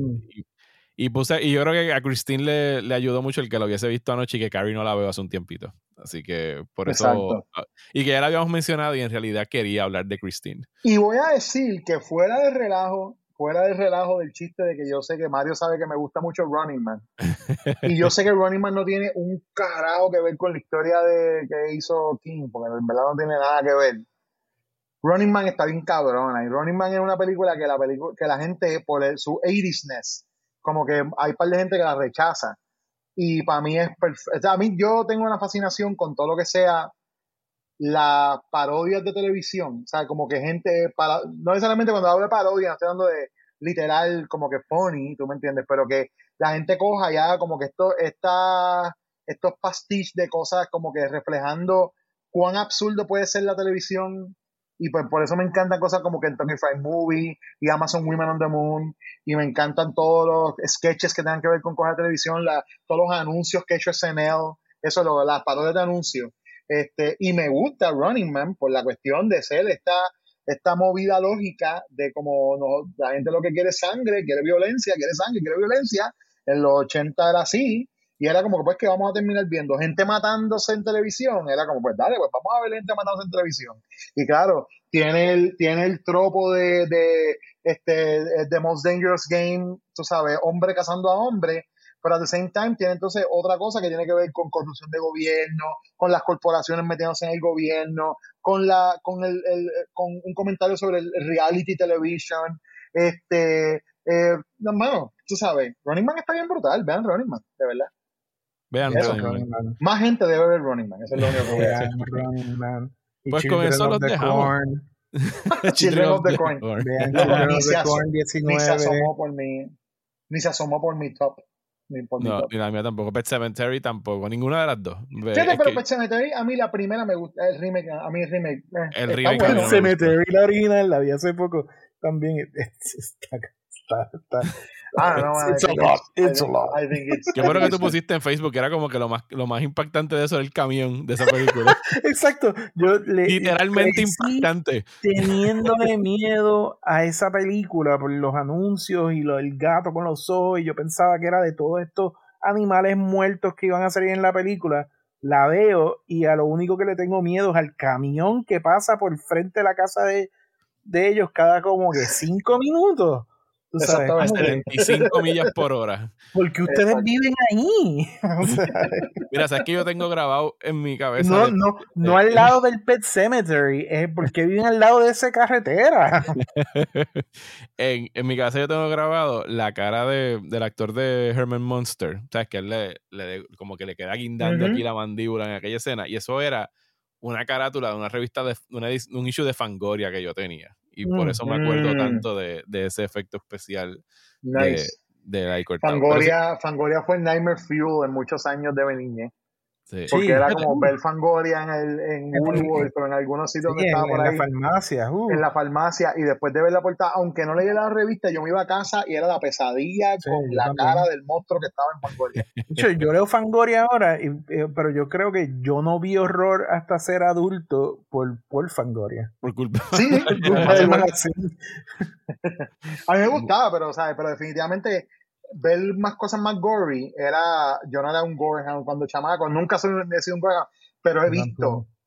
y yo creo que a Christine le ayudó mucho el que lo hubiese visto anoche y que Carrie no la veo hace un tiempito. Así que por eso... Y que ya la habíamos mencionado y en realidad quería hablar de Christine. Y voy a decir que fuera del relajo del chiste de que yo sé que Mario sabe que me gusta mucho Running Man. Y yo sé que Running Man no tiene un carajo que ver con la historia que hizo King, porque en verdad no tiene nada que ver. Running Man está bien cabrona. Y Running Man es una película que la gente, por su 80s-ness, como que hay un par de gente que la rechaza. Y para mí es perfecto. O sea, yo tengo una fascinación con todo lo que sea las parodias de televisión. O sea, como que gente, no necesariamente cuando hablo de parodia, no estoy hablando de literal como que funny, tú me entiendes, pero que la gente coja ya como que estos pastiches de cosas como que reflejando cuán absurdo puede ser la televisión. Y pues por eso me encantan cosas como Kentucky Fried Movie y Amazon Women on the Moon, y me encantan todos los sketches que tengan que ver con cosas de televisión, todos los anuncios que ha hecho SNL, las parodias de anuncios. Y me gusta Running Man por la cuestión de ser esta movida lógica de como la gente lo que quiere es sangre, quiere violencia. En los 80 era así. Y era como que pues que vamos a terminar viendo gente matándose en televisión. Era como pues dale, pues vamos a ver gente matándose en televisión. Y claro, tiene el tropo de The Most Dangerous Game, tú sabes, hombre cazando a hombre, pero at the same time tiene entonces otra cosa que tiene que ver con corrupción de gobierno, con las corporaciones metiéndose en el gobierno, con un comentario sobre el reality television. Hermano, tú sabes, Running Man está bien brutal. Vean Running Man, de verdad. Vean Running Man. Más gente debe ver Running Man, eso es lo único que voy a decir. Running Man. Pues con eso los dejamos. Children of the Corn. Ni se asomó por mi top. No, ni la mía tampoco. Pet Sematary tampoco. Ninguna de las dos. Fíjate, pero Pet Sematary, a mí la primera me gusta. El remake. El remake. Bueno. Pet Sematary, la original, la vi hace poco. También está. It's a lot. Qué bueno que tú pusiste en Facebook, que era como que lo más impactante de eso era el camión de esa película. Exacto. Literalmente impactante. Teniéndole miedo a esa película por los anuncios y el gato con los ojos, y yo pensaba que era de todos estos animales muertos que iban a salir en la película. La veo y a lo único que le tengo miedo es al camión que pasa por frente de la casa de ellos cada como que 5 minutos. Tú sabes, 75 millas por hora. Porque ustedes viven ahí. O sea, mira, sabes que yo tengo grabado en mi cabeza. No al lado del Pet Cemetery, es porque viven al lado de esa carretera. en mi cabeza yo tengo grabado la cara del actor de Herman Munster. Sabes que él como que le queda guindando aquí la mandíbula en aquella escena. Y eso era una carátula de una revista un issue de Fangoria que yo tenía. Y por eso me acuerdo tanto de ese efecto especial de ahí cortado. Fangoria fue el Nightmare Fuel en muchos años de mi niñez. Sí. Porque era como ver Fangoria en Woolworth o en algunos sitios donde estaba por ahí. En la farmacia. En la farmacia. Y después de ver la portada, aunque no leía la revista, yo me iba a casa y era la pesadilla con la cara del monstruo que estaba en Fangoria. Yo leo Fangoria ahora, pero yo creo que yo no vi horror hasta ser adulto por Fangoria. Por culpa. Sí. A mí me gustaba, pero definitivamente ver más cosas más gory yo no era un gorehound cuando chamaco, nunca he sido un gorehound, pero he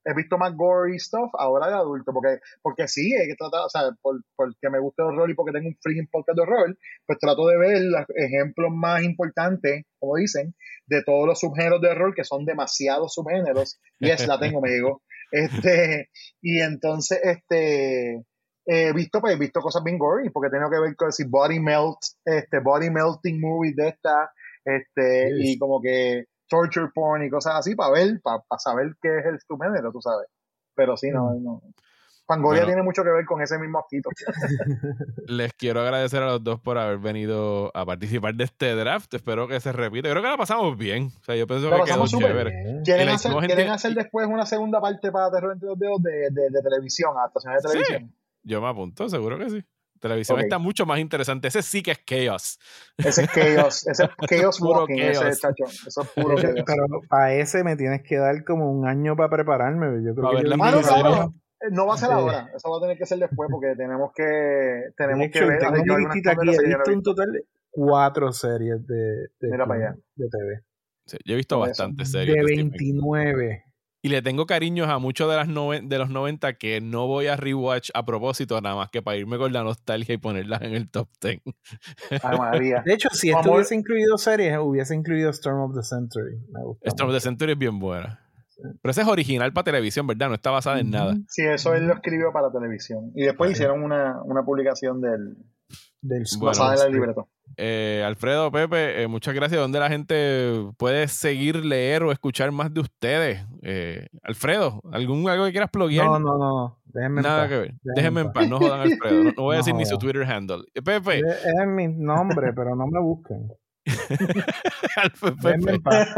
he visto más gory stuff ahora de adulto, porque sí, hay que tratar, o sea, porque me gusta el horror y porque tengo un freaking podcast de horror, pues trato de ver los ejemplos más importantes, como dicen, de todos los subgéneros de horror, que son demasiados subgéneros, y la tengo, me digo. Y entonces, he visto cosas bien gory, porque tengo que ver con si body melting movies de esta, y como que torture porn y cosas así para saber qué es el subgénero, tú sabes. Pero sí, no. Fangoria tiene mucho que ver con ese mismo asquito. Les quiero agradecer a los dos por haber venido a participar de este draft. Espero que se repita. Creo que la pasamos bien. O sea, yo pienso que quedó chévere. ¿Quieren hacer después una segunda parte para Terror entre los dedos de televisión, adaptaciones de televisión? Sí, yo me apunto, seguro que sí. Televisión está mucho más interesante. Ese sí que es chaos. Ese es chaos. Ese es chaos walking. Chaos. Eso es puro chaos. Pero para ese me tienes que dar como un año para prepararme. Yo creo que no va a ser ahora. Eso va a tener que ser después porque tenemos que ver. Tengo mi listita aquí. He visto un total de 4 series de TV. Sí, yo he visto bastantes series. De 29. Y le tengo cariños a muchos de los 90 que no voy a rewatch a propósito, nada más que para irme con la nostalgia y ponerlas en el top 10. Ay, María. De hecho, si esto hubiese incluido series, hubiese incluido Storm of the Century. Storm of the Century es bien buena. Sí. Pero esa es original para televisión, ¿verdad? No está basada en nada. Sí, eso él lo escribió para televisión. Y después hicieron una publicación basada en el libreto. Alfredo, Pepe, muchas gracias. ¿Dónde la gente puede seguir, leer o escuchar más de ustedes? Alfredo, ¿algo que quieras pluguear? No. Déjenme nada en paz. Que ver. Déjenme en paz. No jodan a Alfredo. No voy a decir ni su Twitter handle. Pepe. Es mi nombre, pero no me busquen. Déjenme en paz.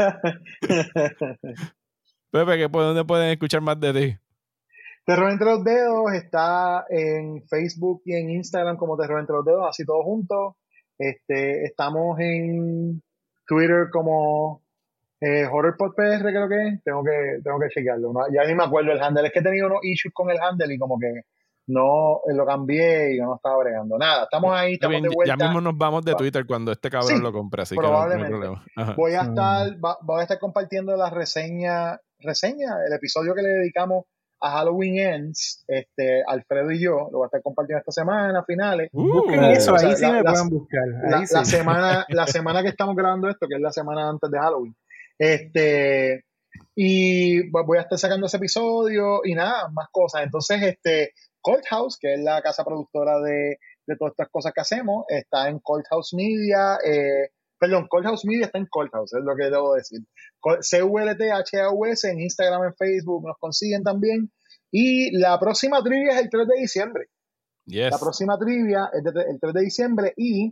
Pepe, ¿dónde pueden escuchar más de ti? Terror entre los dedos está en Facebook y en Instagram como Terror entre los dedos, así todos juntos. Estamos en Twitter como HorrorPodPR, creo que tengo que chequearlo, ¿no? Ya ni me acuerdo el handle, es que he tenido unos issues con el handle y como que no lo cambié y yo no estaba bregando. Nada, estamos ahí, estamos de vuelta. Ya mismo nos vamos de Twitter cuando este cabrón lo compre, así probablemente. Que no hay problema. Voy a estar compartiendo la reseña, el episodio que le dedicamos a Halloween Ends, Alfredo y yo, lo voy a estar compartiendo esta semana, finales. Busquen eso, ahí sí me pueden buscar. La semana que estamos grabando esto, que es la semana antes de Halloween. Y voy a estar sacando ese episodio y nada, más cosas. Entonces, Cold House, que es la casa productora de todas estas cosas que hacemos, está en Cold House Media. Cold House Media está en Cold House, es lo que debo decir. CULTHAUS en Instagram, en Facebook, nos consiguen también. Y la próxima trivia es el 3 de diciembre. Yes. La próxima trivia es el 3 de diciembre y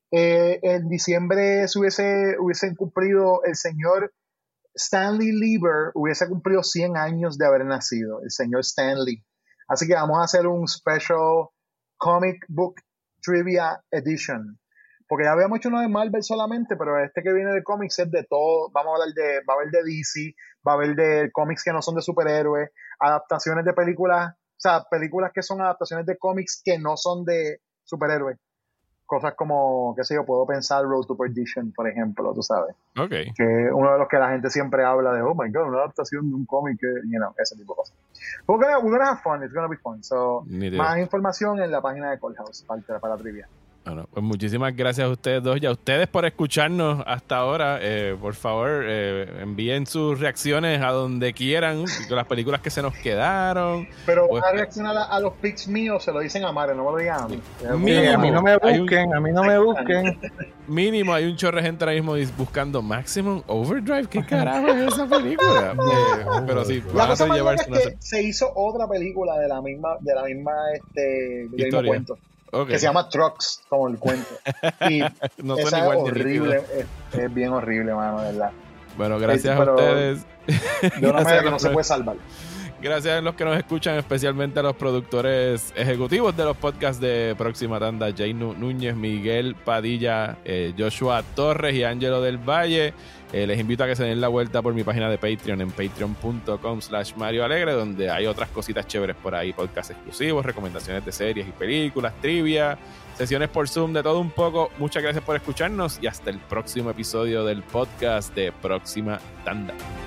en diciembre hubiesen cumplido el señor Stanley Lieber, hubiese cumplido 100 años de haber nacido, el señor Stanley. Así que vamos a hacer un special comic book trivia edition. Porque ya habíamos hecho uno de Marvel solamente, pero que viene de cómics es de todo. Va a haber de DC, va a haber de cómics que no son de superhéroes, adaptaciones de películas, o sea, películas que son adaptaciones de cómics que no son de superhéroes. Cosas como, qué sé yo, puedo pensar Road to Perdition, por ejemplo, tú sabes. Okay. Que uno de los que la gente siempre habla de, oh my God, una adaptación de un cómic, ese tipo de cosas. We're gonna have fun, it's gonna be fun. So, más información en la página de Cold House para la trivia. Bueno, pues muchísimas gracias a ustedes dos y a ustedes por escucharnos hasta ahora. Por favor, envíen sus reacciones a donde quieran, con las películas que se nos quedaron. Pero van a reaccionar a los pics míos, se lo dicen a Mare, no me lo digan a mí. Mínimo, a mí no me busquen, Mínimo, hay un chorro de gente ahora mismo buscando Maximum Overdrive. ¿Qué carajo es esa película? Pero sí, van a llevarse es que se hizo otra película de la misma historia. Cuento. Okay. Que se llama Trucks, como el cuento. Y no esa es horrible, es bien horrible, mano, de verdad. Bueno, gracias a ustedes. De una manera que no se puede salvar. Gracias a los que nos escuchan, especialmente a los productores ejecutivos de los podcasts de Próxima Tanda, Jay Núñez, Miguel Padilla, Joshua Torres y Ángelo del Valle. Les invito a que se den la vuelta por mi página de Patreon en patreon.com/Mario Alegre, donde hay otras cositas chéveres por ahí, podcasts exclusivos, recomendaciones de series y películas, trivia, sesiones por Zoom, de todo un poco. Muchas gracias por escucharnos y hasta el próximo episodio del podcast de Próxima Tanda.